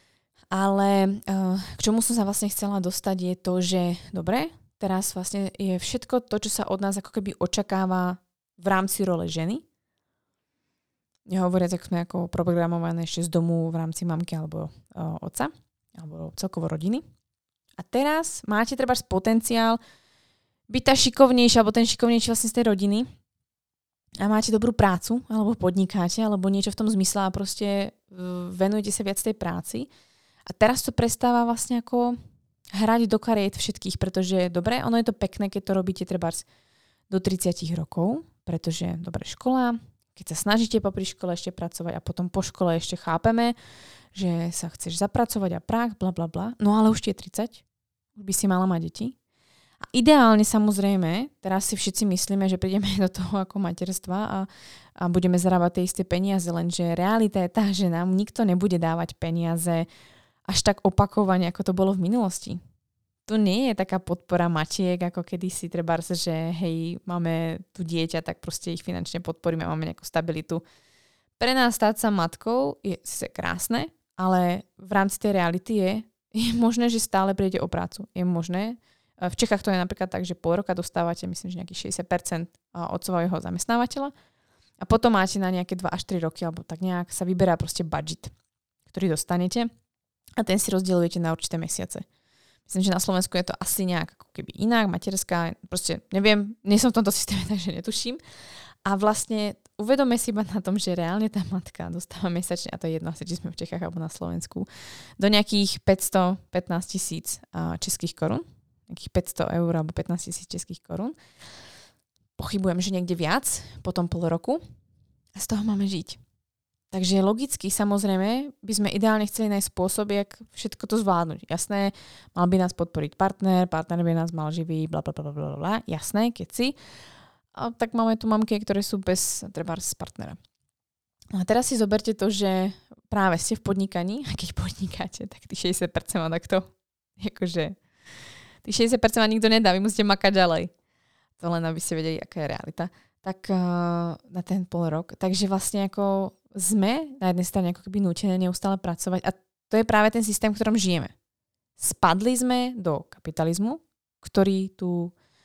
Speaker 1: Ale uh, k čomu som sa vlastne chcela dostať je to, že dobre, teraz vlastne je všetko to, čo sa od nás ako keby očakáva v rámci role ženy. Nehovoriac, ako sme ako programované ešte z domu v rámci mamky alebo uh, otca, alebo celkovo rodiny. A teraz máte treba potenciál byť tá šikovnejšia, alebo ten šikovnejší vlastne z tej rodiny a máte dobrú prácu, alebo podnikáte, alebo niečo v tom zmysle a proste venujete sa viac tej práci. A teraz to prestáva vlastne ako hrať do kariét všetkých, pretože dobre, ono je to pekné, keď to robíte trebárs do tridsať rokov, pretože dobre škola, keď sa snažíte popri škole ešte pracovať a potom po škole ešte chápeme, že sa chceš zapracovať a prák, bla bla bla, no ale už je tridsať, už by si mala mať deti. A ideálne samozrejme, teraz si všetci myslíme, že prídeme do toho ako materstva a, a budeme zarábať tie isté peniaze, lenže realita je tá, že nám nikto nebude dávať peniaze až tak opakovane, ako to bolo v minulosti. Tu nie je taká podpora matiek, ako kedysi trebárs, že hej, máme tu dieťa, tak proste ich finančne podporíme, máme nejakú stabilitu. Pre nás stať sa matkou je sice krásne, ale v rámci tej reality je, je možné, že stále príde o prácu. Je možné. V Čechách to je napríklad tak, že pol roka dostávate, myslím, že nejakých šesťdesiat percent od svojho zamestnávateľa a potom máte na nejaké dva až tri roky, alebo tak nejak sa vyberá proste budget, ktorý dostanete a ten si rozdeľujete na určité mesiace. Myslím, že na Slovensku je to asi nejak ako keby inak, materská, proste neviem, nie som v tomto systéme, takže netuším. A vlastne uvedome si iba na tom, že reálne tá matka dostáva mesačne, a to je jedno, či sme v Čechách alebo na Slovensku, do nejakých päťsto pätnásť tisíc českých korún. Nejakých päťsto eur alebo pätnásť tisíc českých korún. Pochybujem, že niekde viac, potom pol roku. A z toho máme žiť. Takže logicky, samozrejme, by sme ideálne chceli nájsť spôsob, jak všetko to zvládnuť. Jasné, mal by nás podporiť partner, partner by nás mal živý, bla, bla, bla, bla, bla. Jasné, keď si. A tak máme tu mamky, ktoré sú bez trebárs partnera. A teraz si zoberte to, že práve ste v podnikaní a keď podnikáte, tak tých šesťdesiat percent má takto akože tých šesťdesiat percent vám nikto nedá, vy musíte makať ďalej. To len aby ste vedeli, aká je realita. Tak uh, na ten pol rok. Takže vlastne ako sme na jednej strane ako keby nútené neustále pracovať a to je práve ten systém, v ktorom žijeme. Spadli sme do kapitalizmu, ktorý tu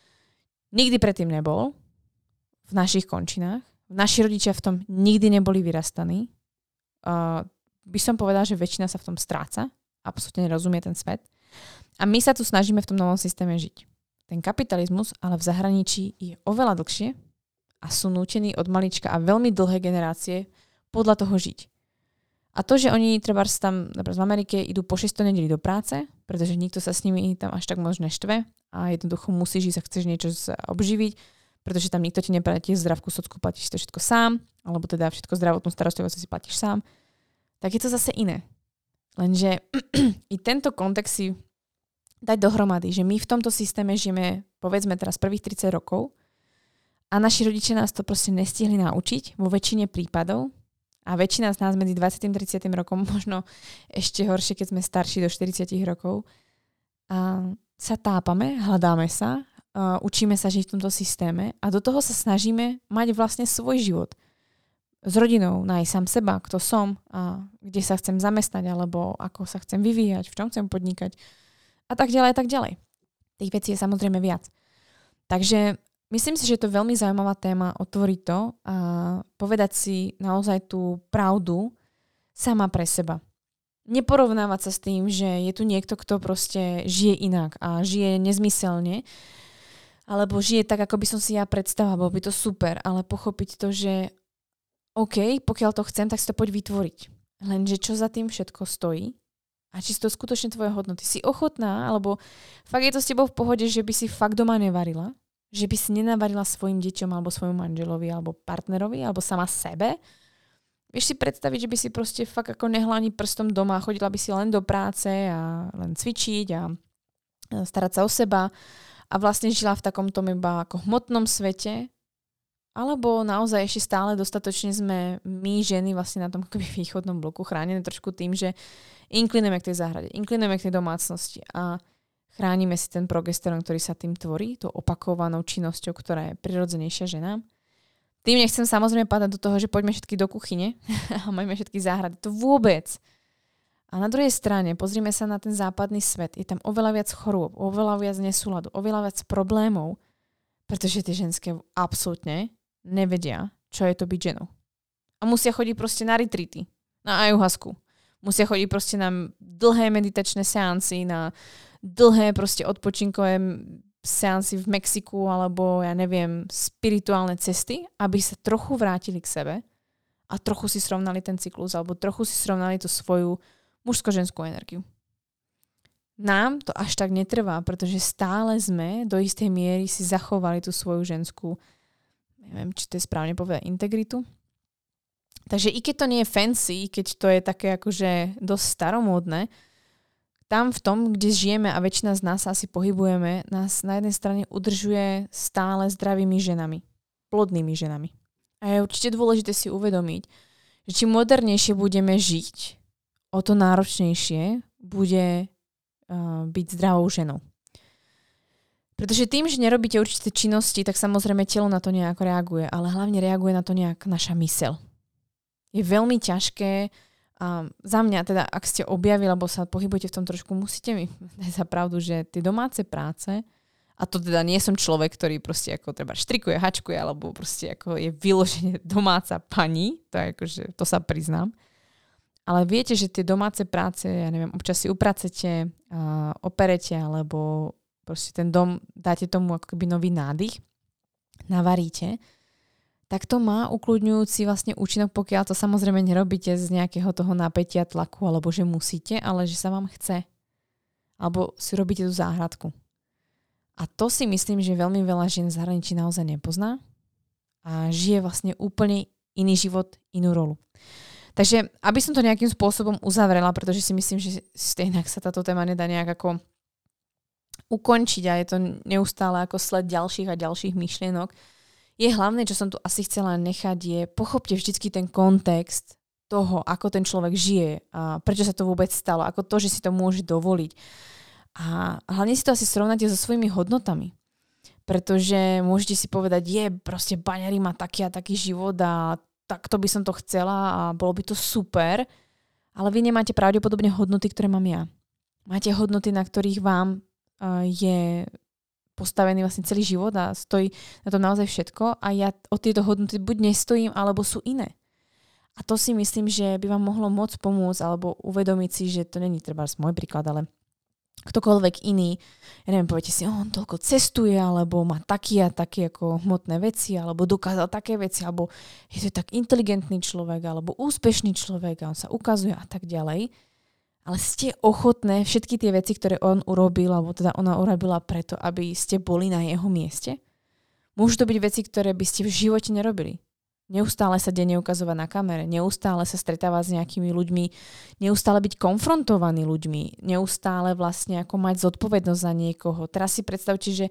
Speaker 1: nikdy predtým nebol v našich končinách. Naši rodičia v tom nikdy neboli vyrastaní. Uh, by som povedala, že väčšina sa v tom stráca. Absolútne nerozumie ten svet. A my sa tu snažíme v tom novom systéme žiť. Ten kapitalizmus ale v zahraničí je oveľa dlhšie a sú nútení od malička a veľmi dlhé generácie podľa toho žiť. A to, že oni treba tam v Amerike idú po šesť nedeli do práce, pretože nikto sa s nimi tam až tak moc neštve a jednoducho musíš ísť a chceš niečo obživiť, pretože tam nikto ti neplatí zdravku, socku, platíš to všetko sám, alebo teda všetko zdravotnú starostlivosť si platíš sám, tak je to zase iné. Lenže i tento kontext si dať dohromady, že my v tomto systéme žijeme, povedzme teraz prvých tridsať rokov a naši rodičia nás to proste nestihli naučiť vo väčšine prípadov a väčšina z nás medzi dvadsiatym a tridsiatym rokom, možno ešte horšie, keď sme starší do štyridsať rokov, a sa tápame, hľadáme sa, uh, učíme sa žiť v tomto systéme a do toho sa snažíme mať vlastne svoj život. S rodinou, nájsť sám seba, kto som a kde sa chcem zamestnať alebo ako sa chcem vyvíjať, v čom chcem podnikať a tak ďalej, a tak ďalej. Tých vecí je samozrejme viac. Takže myslím si, že je to veľmi zaujímavá téma otvoriť to a povedať si naozaj tú pravdu sama pre seba. Neporovnávať sa s tým, že je tu niekto, kto proste žije inak a žije nezmyselne alebo žije tak, ako by som si ja predstavovala, bolo by to super, ale pochopiť to, že OK, pokiaľ to chcem, tak si to poď vytvoriť. Lenže čo za tým všetko stojí a či sú to skutočne tvoje hodnoty. Si ochotná, alebo fakt je to s tebou v pohode, že by si fakt doma nevarila, že by si nenavarila svojim deťom alebo svojmu manželovi alebo partnerovi alebo sama sebe. Vieš si predstaviť, že by si proste fakt ako nehla ani prstom doma, chodila by si len do práce a len cvičiť a starať sa o seba a vlastne žila v takomto iba ako hmotnom svete. Alebo naozaj ešte stále dostatočne sme my, ženy, vlastne na tom akoby východnom bloku chránené trošku tým, že inklinujeme k tej záhrade, inklinujeme k tej domácnosti a chránime si ten progesterón, ktorý sa tým tvorí, tou opakovanou činnosťou, ktorá je prirodzenejšia ženám. Tým nechcem samozrejme padať do toho, že poďme všetky do kuchyne a majme všetky záhrady. To vôbec. A na druhej strane, pozrime sa na ten západný svet. Je tam oveľa viac chorôb, oveľa viac nesúladu, oveľa viac problémov, pretože tie ženské absolútne nevedia, čo je to byť ženou. A musia chodiť proste na retreaty, na ayahuasku. Musia chodiť proste na dlhé meditačné seansy, na dlhé proste odpočinkové seansy v Mexiku alebo, ja neviem, spirituálne cesty, aby sa trochu vrátili k sebe a trochu si srovnali ten cyklus alebo trochu si srovnali tú svoju mužsko-ženskú energiu. Nám to až tak netrvá, pretože stále sme do istej miery si zachovali tú svoju ženskú, neviem, či to je správne povedať, integritu. Takže i keď to nie je fancy, keď to je také akože dosť staromódne, tam v tom, kde žijeme a väčšina z nás asi pohybujeme, nás na jednej strane udržuje stále zdravými ženami, plodnými ženami. A je určite dôležité si uvedomiť, že čím modernejšie budeme žiť, o to náročnejšie bude uh, byť zdravou ženou. Pretože tým, že nerobíte určité činnosti, tak samozrejme telo na to nejako reaguje, ale hlavne reaguje na to nejak naša myseľ. Je veľmi ťažké, um, za mňa teda, ak ste objavili, alebo sa pohybujete v tom trošku, musíte mi dať za pravdu, že tie domáce práce, a to teda nie som človek, ktorý proste ako treba štrikuje, hačkuje, alebo proste ako je vyložene domáca pani, to, je akože, to sa priznám. Ale viete, že tie domáce práce, ja neviem, občas si upracete, uh, operete, alebo proste ten dom dáte tomu ako keby nový nádych, navaríte, tak to má ukludňujúci vlastne účinok, pokiaľ to samozrejme nerobíte z nejakého toho napätia, tlaku, alebo že musíte, ale že sa vám chce. Alebo si robíte tú záhradku. A to si myslím, že veľmi veľa žien v zahraničí naozaj nepozná a žije vlastne úplne iný život, inú rolu. Takže, aby som to nejakým spôsobom uzavrela, pretože si myslím, že stejnak sa táto téma nedá nejak ako ukončiť a je to neustále ako sled ďalších a ďalších myšlienok. Je hlavné, čo som tu asi chcela nechať, je pochopte vždycky ten kontext toho, ako ten človek žije a prečo sa to vôbec stalo, ako to, že si to môže dovoliť. A hlavne si to asi srovnáte so svojimi hodnotami. Pretože môžete si povedať, je, proste baňári má taký a taký život a takto by som to chcela a bolo by to super, ale vy nemáte pravdepodobne hodnoty, ktoré mám ja. Máte hodnoty, na ktorých vám uh, je postavený vlastne celý život a stojí na tom naozaj všetko a ja od tieto hodnoty buď nestojím, alebo sú iné. A to si myslím, že by vám mohlo môcť pomôcť alebo uvedomiť si, že to není treba môj príklad, ale ktokoľvek iný, ja neviem, poviete si, on toľko cestuje, alebo má taký a taký ako hmotné veci, alebo dokázal také veci, alebo je to tak inteligentný človek, alebo úspešný človek a on sa ukazuje a tak ďalej. Ale ste ochotné všetky tie veci, ktoré on urobil, alebo teda ona urobila preto, aby ste boli na jeho mieste? Môžu to byť veci, ktoré by ste v živote nerobili. Neustále sa denne ukazovať na kamere, neustále sa stretávať s nejakými ľuďmi, neustále byť konfrontovaní ľuďmi, neustále vlastne ako mať zodpovednosť za niekoho. Teraz si predstavte, že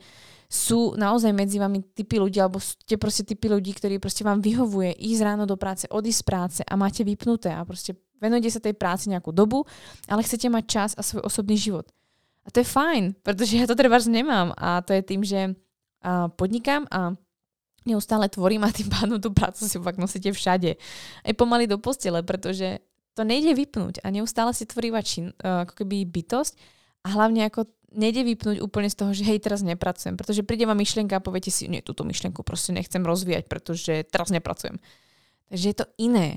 Speaker 1: sú naozaj medzi vami typy ľudí, alebo ste proste typy ľudí, ktorí proste vám vyhovuje ísť ráno do práce, odísť z práce a máte vypnuté a proste venujete sa tej práci nejakú dobu, ale chcete mať čas a svoj osobný život. A to je fajn, pretože ja to trebárs nemám a to je tým, že podnikám a neustále tvorím a tým pádom tú prácu si fakt nosíte všade. Aj pomaly do postele, pretože to nejde vypnúť a neustále si tvoríva čin, ako keby bytosť a hlavne ako nejde vypnúť úplne z toho, že hej, teraz nepracujem, pretože príde vám myšlienka a poviete si, nie, túto myšlienku proste nechcem rozvíjať, pretože teraz nepracujem. Takže je to iné.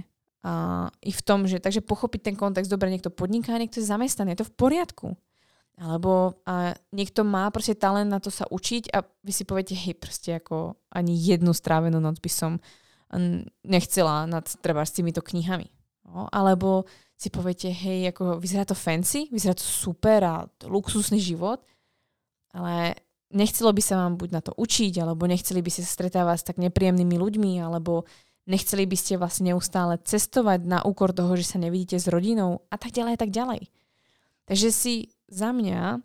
Speaker 1: A i v tom, že takže pochopiť ten kontext, dobre, niekto podniká, niekto je zamestnaný, je to v poriadku. Alebo a niekto má proste talent na to sa učiť a vy si poviete, hej, proste ako ani jednu strávenú noc by som nechcela nad treba s týmito knihami. No, alebo si poviete, hej, ako vyzerá to fancy, vyzerá to super a to luxusný život, ale nechcelo by sa vám buď na to učiť, alebo nechceli by ste sa stretávať s tak nepríjemnými ľuďmi, alebo nechceli by ste vlastne neustále cestovať na úkor toho, že sa nevidíte s rodinou a tak ďalej a tak ďalej. Takže si za mňa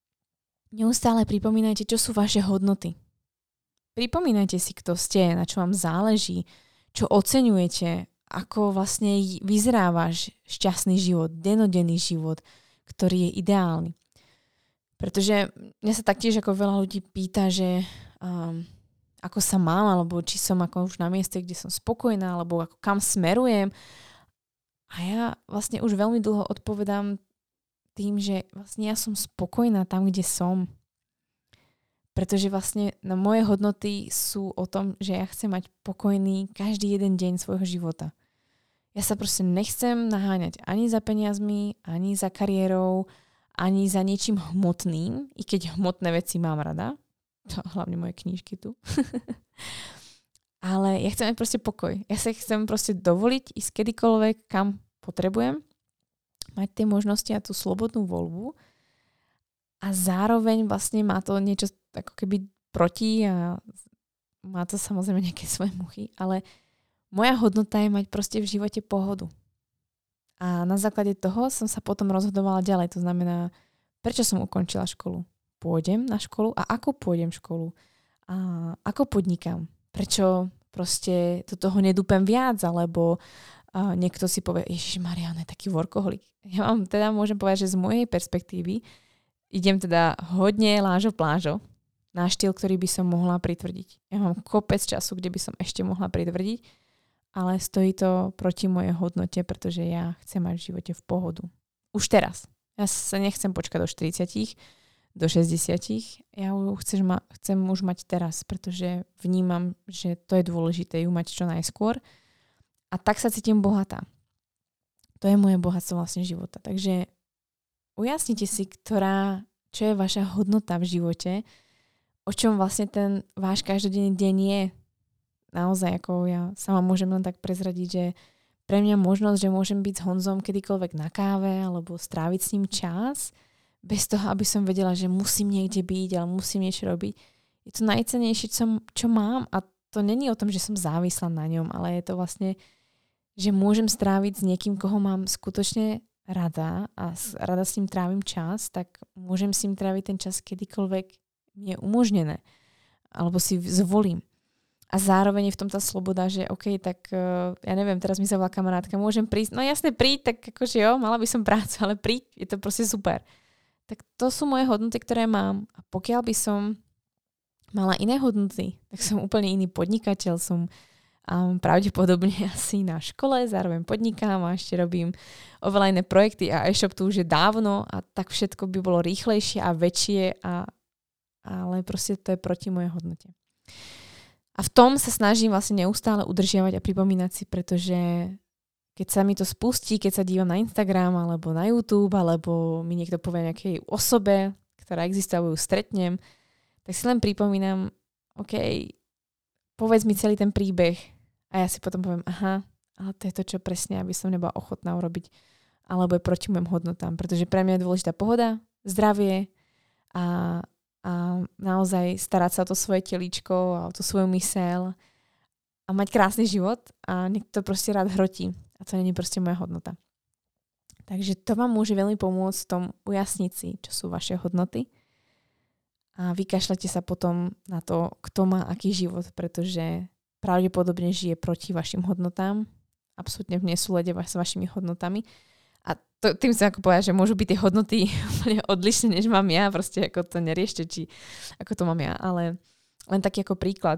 Speaker 1: neustále pripomínajte, čo sú vaše hodnoty. Pripomínajte si, kto ste, na čo vám záleží, čo oceňujete, ako vlastne vyzerá váš šťastný život, dennodenný život, ktorý je ideálny. Pretože mňa sa taktiež ako veľa ľudí pýta, že um, ako sa mám, alebo či som ako už na mieste, kde som spokojná, alebo ako kam smerujem. A ja vlastne už veľmi dlho odpovedám tým, že vlastne ja som spokojná tam, kde som. Pretože vlastne na moje hodnoty sú o tom, že ja chcem mať pokojný každý jeden deň svojho života. Ja sa proste nechcem naháňať ani za peniazmi, ani za kariérou, ani za niečím hmotným, i keď hmotné veci mám rada. Hlavne moje knížky tu. Ale ja chcem mať proste pokoj. Ja sa chcem proste dovoliť ísť kedykoľvek, kam potrebujem. Mať tie možnosti a tú slobodnú voľbu. A zároveň vlastne má to niečo ako keby proti a má to samozrejme nejaké svoje muchy. Ale moja hodnota je mať proste v živote pohodu. A na základe toho som sa potom rozhodovala ďalej. To znamená, prečo som ukončila školu. Pôjdem na školu a ako pôjdem školu a ako podnikám. Prečo proste do toho nedúpem viac, alebo uh, niekto si povie, Ježišmaria, on je taký workoholik. Ja vám teda môžem povedať, že z mojej perspektívy idem teda hodne lážo plážo na štýl, ktorý by som mohla pritvrdiť. Ja mám kopec času, kde by som ešte mohla pritvrdiť, ale stojí to proti mojej hodnote, pretože ja chcem mať v živote v pohodu. Už teraz. Ja sa nechcem počkať do štyridsiatich, do šesťdesiatich. Ja ju chcem, ma, chcem už mať teraz, pretože vnímam, že to je dôležité ju mať čo najskôr. A tak sa cítim bohatá. To je moje bohatstvo vlastne života. Takže ujasnite si, ktorá, čo je vaša hodnota v živote, o čom vlastne ten váš každodenný deň je. Naozaj, ako ja sama môžem len tak prezradiť, že pre mňa možnosť, že môžem byť s Honzom kedykoľvek na káve alebo stráviť s ním čas, bez toho, aby som vedela, že musím niekde byť, ale musím niečo robiť. Je to najcennejšie, čo, čo mám, a to není o tom, že som závislá na ňom, ale je to vlastne, že môžem stráviť s niekým, koho mám skutočne rada a rada s ním trávim čas, tak môžem s ním tráviť ten čas kedykoľvek mi je umožnené. Alebo si zvolím. A zároveň je v tom tá sloboda, že OK, tak uh, ja neviem, teraz mi zavolá kamarátka, môžem prísť? No jasne, príď, tak akože jo, mala by som prácu, ale príď, je to proste super. Tak to sú moje hodnoty, ktoré mám. A pokiaľ by som mala iné hodnoty, tak som úplne iný podnikateľ. Som um, pravdepodobne asi na škole, zároveň podnikám a ešte robím oveľa iné projekty a e-shop tu už je dávno a tak všetko by bolo rýchlejšie a väčšie, a, ale proste to je proti mojej hodnote. A v tom sa snažím vlastne neustále udržiavať a pripomínať si, pretože keď sa mi to spustí, keď sa dívam na Instagram alebo na YouTube, alebo mi niekto povie nejakej osobe, ktorá existuje, alebo ju stretnem, tak si len pripomínam, OK, povedz mi celý ten príbeh, a ja si potom poviem, aha, ale to je to, čo presne, aby som nebola ochotná urobiť, alebo je proti mojim hodnotám, pretože pre mňa je dôležitá pohoda, zdravie a, a naozaj starať sa o to svoje telíčko a o to svoju myseľ a mať krásny život, a niekto proste rád hrotí. A to nie je proste moja hodnota. Takže to vám môže veľmi pomôcť v tom ujasniť si, čo sú vaše hodnoty. A vykašľate sa potom na to, kto má aký život, pretože pravdepodobne žije proti vašim hodnotám. Absolútne v nesúlade s vašimi hodnotami. A to, tým sa ako povedať, že môžu byť tie hodnoty úplne odlišné, než mám ja. Proste ako to neriešte, či ako to mám ja. Ale len taký ako príklad,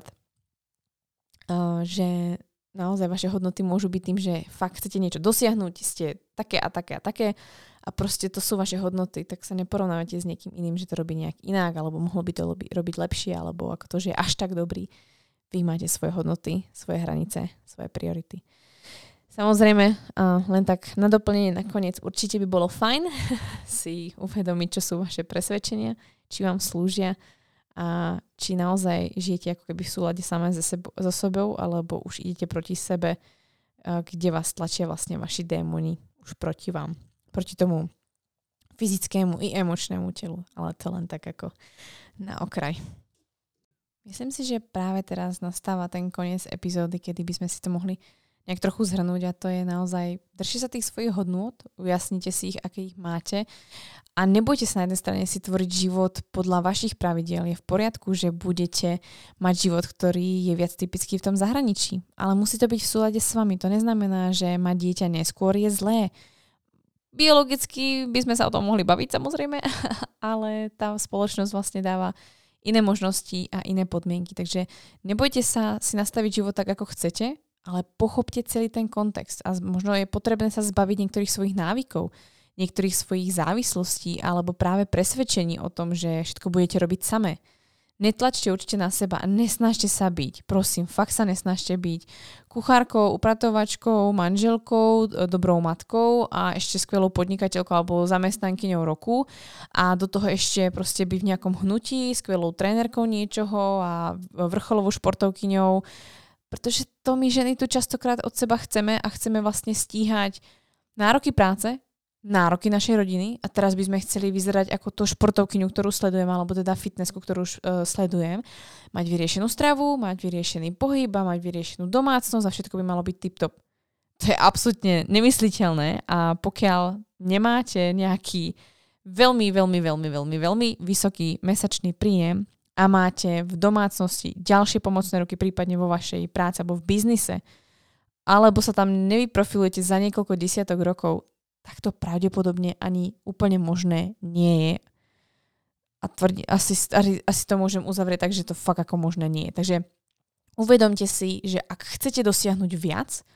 Speaker 1: uh, že naozaj vaše hodnoty môžu byť tým, že fakt chcete niečo dosiahnuť, ste také a také a také a proste to sú vaše hodnoty, tak sa neporovnávate s niekým iným, že to robí nejak inak, alebo mohlo by to robiť lepšie, alebo ako to, že je až tak dobrý. Vy máte svoje hodnoty, svoje hranice, svoje priority. Samozrejme, len tak na doplnenie nakoniec určite by bolo fajn si uvedomiť, čo sú vaše presvedčenia, či vám slúžia, a či naozaj žijete ako keby v súlade samé so sebou, so sebou, alebo už idete proti sebe, kde vás tlačia vlastne vaši démoni už proti vám. Proti tomu fyzickému i emočnému telu. Ale to len tak ako na okraj. Myslím si, že práve teraz nastáva ten koniec epizódy, kedy by sme si to mohli nejak trochu zhrnúť, a to je naozaj, držte sa tých svojich hodnôt, ujasnite si ich, aké ich máte, a nebojte sa na jednej strane si tvoriť život podľa vašich pravidiel. Je v poriadku, že budete mať život, ktorý je viac typický v tom zahraničí, ale musí to byť v súlade s vami. To neznamená, že mať dieťa neskôr je zlé. Biologicky by sme sa o tom mohli baviť, samozrejme, ale tá spoločnosť vlastne dáva iné možnosti a iné podmienky. Takže nebojte sa si nastaviť život tak, ako chcete, ale pochopte celý ten kontext a možno je potrebné sa zbaviť niektorých svojich návykov, niektorých svojich závislostí alebo práve presvedčení o tom, že všetko budete robiť samé. Netlačte určite na seba a nesnažte sa byť. Prosím, fakt sa nesnažte byť kuchárkou, upratovačkou, manželkou, dobrou matkou a ešte skvelou podnikateľkou alebo zamestnankyňou roku a do toho ešte proste byť v nejakom hnutí, skvelou trénerkou niečoho a vrcholovou športovkyňou. Pretože to my ženy tu častokrát od seba chceme a chceme vlastne stíhať nároky práce, nároky našej rodiny a teraz by sme chceli vyzerať ako to športovkyňu, ktorú sledujem, alebo teda fitnessku, ktorú uh, sledujem. Mať vyriešenú stravu, mať vyriešený pohyb a mať vyriešenú domácnosť a všetko by malo byť tip-top. To je absolútne nemysliteľné a pokiaľ nemáte nejaký veľmi, veľmi, veľmi, veľmi, veľmi vysoký mesačný príjem a máte v domácnosti ďalšie pomocné ruky, prípadne vo vašej práci alebo v biznise, alebo sa tam nevyprofilujete za niekoľko desiatok rokov, tak to pravdepodobne ani úplne možné nie je. A tvrdí, asi, asi to môžem uzavrieť tak, že to fakt ako možné nie je. Takže uvedomte si, že ak chcete dosiahnuť viac,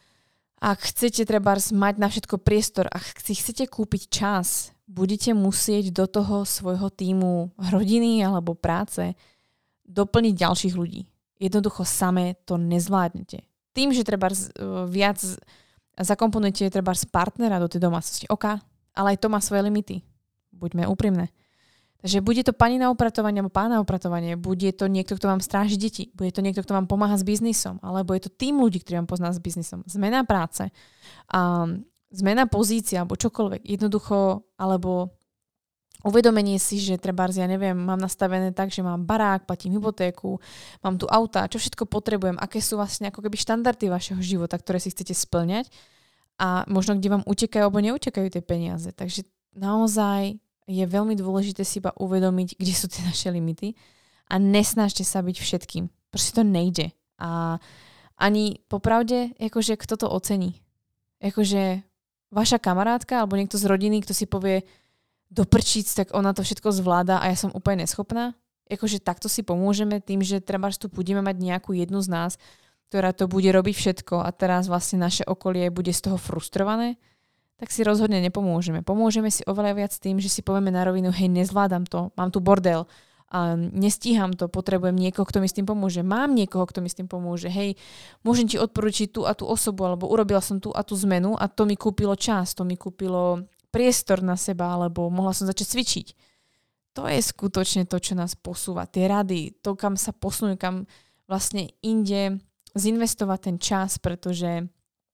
Speaker 1: ak chcete treba mať na všetko priestor, ak si chcete kúpiť čas, budete musieť do toho svojho tímu rodiny alebo práce doplniť ďalších ľudí. Jednoducho samé to nezvládnete. Tým, že treba viac zakomponujete treba z partnera do tej domácnosti. OK, ale aj to má svoje limity. Buďme úprimné. Takže bude to pani na upratovanie alebo pán na upratovanie, bude to niekto, kto vám stráži deti, bude to niekto, kto vám pomáha s biznisom, alebo je to tým ľudí, ktorí vám pozná s biznisom. Zmena práce, um, zmena pozície alebo čokoľvek. Jednoducho, alebo uvedomenie si, že trebárs, ja neviem, mám nastavené tak, že mám barák, platím hypotéku, mám tu auta, čo všetko potrebujem, aké sú vlastne ako keby štandardy vašeho života, ktoré si chcete spĺňať a možno kde vám utekajú alebo neutekajú tie peniaze. Takže naozaj je veľmi dôležité si iba uvedomiť, kde sú tie naše limity a nesnažte sa byť všetkým. Proste to nejde. A ani popravde, akože kto to ocení. Akože vaša kamarátka alebo niekto z rodiny, kto si povie do prčíc, tak ona to všetko zvláda a ja som úplne neschopná. Akože takto si pomôžeme tým, že treba tu budeme mať nejakú jednu z nás, ktorá to bude robiť všetko a teraz vlastne naše okolie bude z toho frustrované, tak si rozhodne nepomôžeme. Pomôžeme si oveľa viac tým, že si povieme na rovinu, hej, nezvládam to, mám tu bordel, a nestíham to, potrebujem niekoho, kto mi s tým pomôže, mám niekoho, kto mi s tým pomôže, hej, môžem ti odporučiť tú a tú osobu, alebo urobila som tú a tú zmenu a to mi kúpilo čas, to mi kúpilo priestor na seba, alebo mohla som začať cvičiť. To je skutočne to, čo nás posúva. Tie rady, to, kam sa posunú, kam vlastne inde zinvestovať ten čas, pretože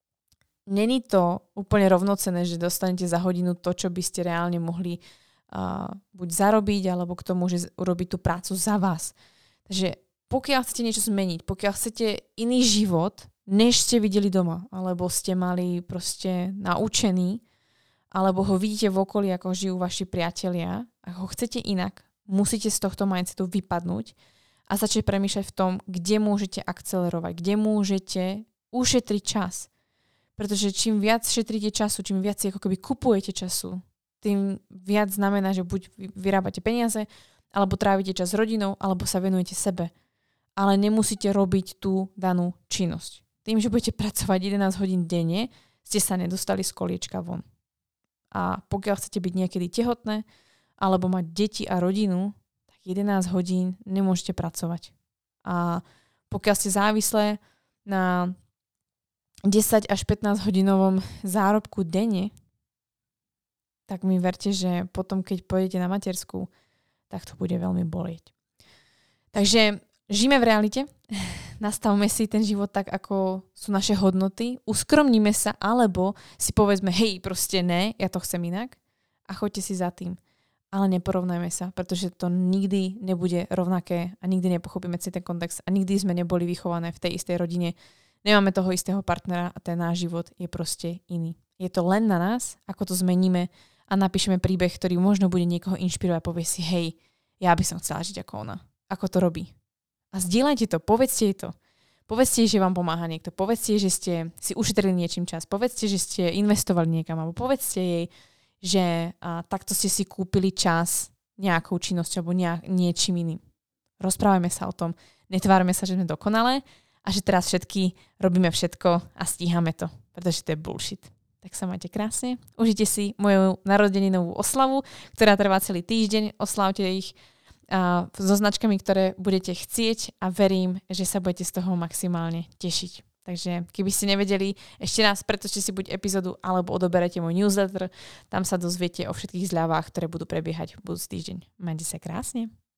Speaker 1: není to úplne rovnocenné, že dostanete za hodinu to, čo by ste reálne mohli uh, buď zarobiť, alebo kto môže urobiť tú prácu za vás. Takže pokiaľ chcete niečo zmeniť, pokiaľ chcete iný život, než ste videli doma, alebo ste mali proste naučený, alebo ho vidíte v okolí, ako žijú vaši priatelia, ak ho chcete inak, musíte z tohto mindsetu vypadnúť a začať premýšľať v tom, kde môžete akcelerovať, kde môžete ušetriť čas. Pretože čím viac šetríte času, čím viac si ako keby kupujete času, tým viac znamená, že buď vyrábate peniaze, alebo trávite čas s rodinou, alebo sa venujete sebe. Ale nemusíte robiť tú danú činnosť. Tým, že budete pracovať jedenásť hodín denne, ste sa nedostali z koliečka von. A pokiaľ chcete byť niekedy tehotné alebo mať deti a rodinu, tak jedenásť hodín nemôžete pracovať. A pokiaľ ste závislé na desať až pätnásť hodinovom zárobku denne, tak mi verte, že potom, keď pôjdete na matersku, tak to bude veľmi bolieť. Takže žijeme v realite, nastavme si ten život tak, ako sú naše hodnoty, uskromníme sa, alebo si povedzme, hej, proste ne, ja to chcem inak a choďte si za tým. Ale neporovnajme sa, pretože to nikdy nebude rovnaké a nikdy nepochopíme si ten kontext a nikdy sme neboli vychované v tej istej rodine. Nemáme toho istého partnera a ten náš život je proste iný. Je to len na nás, ako to zmeníme a napíšeme príbeh, ktorý možno bude niekoho inšpirovať a povie si, hej, ja by som chcela žiť ako ona. Ako to robí. A zdieľajte to, povedzte jej to. Povedzte jej, že vám pomáha niekto. Povedzte jej, že ste si ušetrili niečím čas. Povedzte, že ste investovali niekam. Alebo povedzte jej, že a, takto ste si kúpili čas nejakou činnosťou alebo nejak, niečím iným. rozprávajme sa o tom, netvárme sa, že sme dokonalé a že teraz všetky robíme všetko a stíhame to, pretože to je bullshit. Tak sa majte krásne, užite si moju narodeninovú oslavu, ktorá trvá celý týždeň, oslávte ich uh, so značkami, ktoré budete chcieť a verím, že sa budete z toho maximálne tešiť. Takže keby ste nevedeli, ešte raz pretočte si buď epizódu, alebo odoberete môj newsletter, tam sa dozviete o všetkých zľavách, ktoré budú prebiehať v budúci týždeň. Majte sa krásne.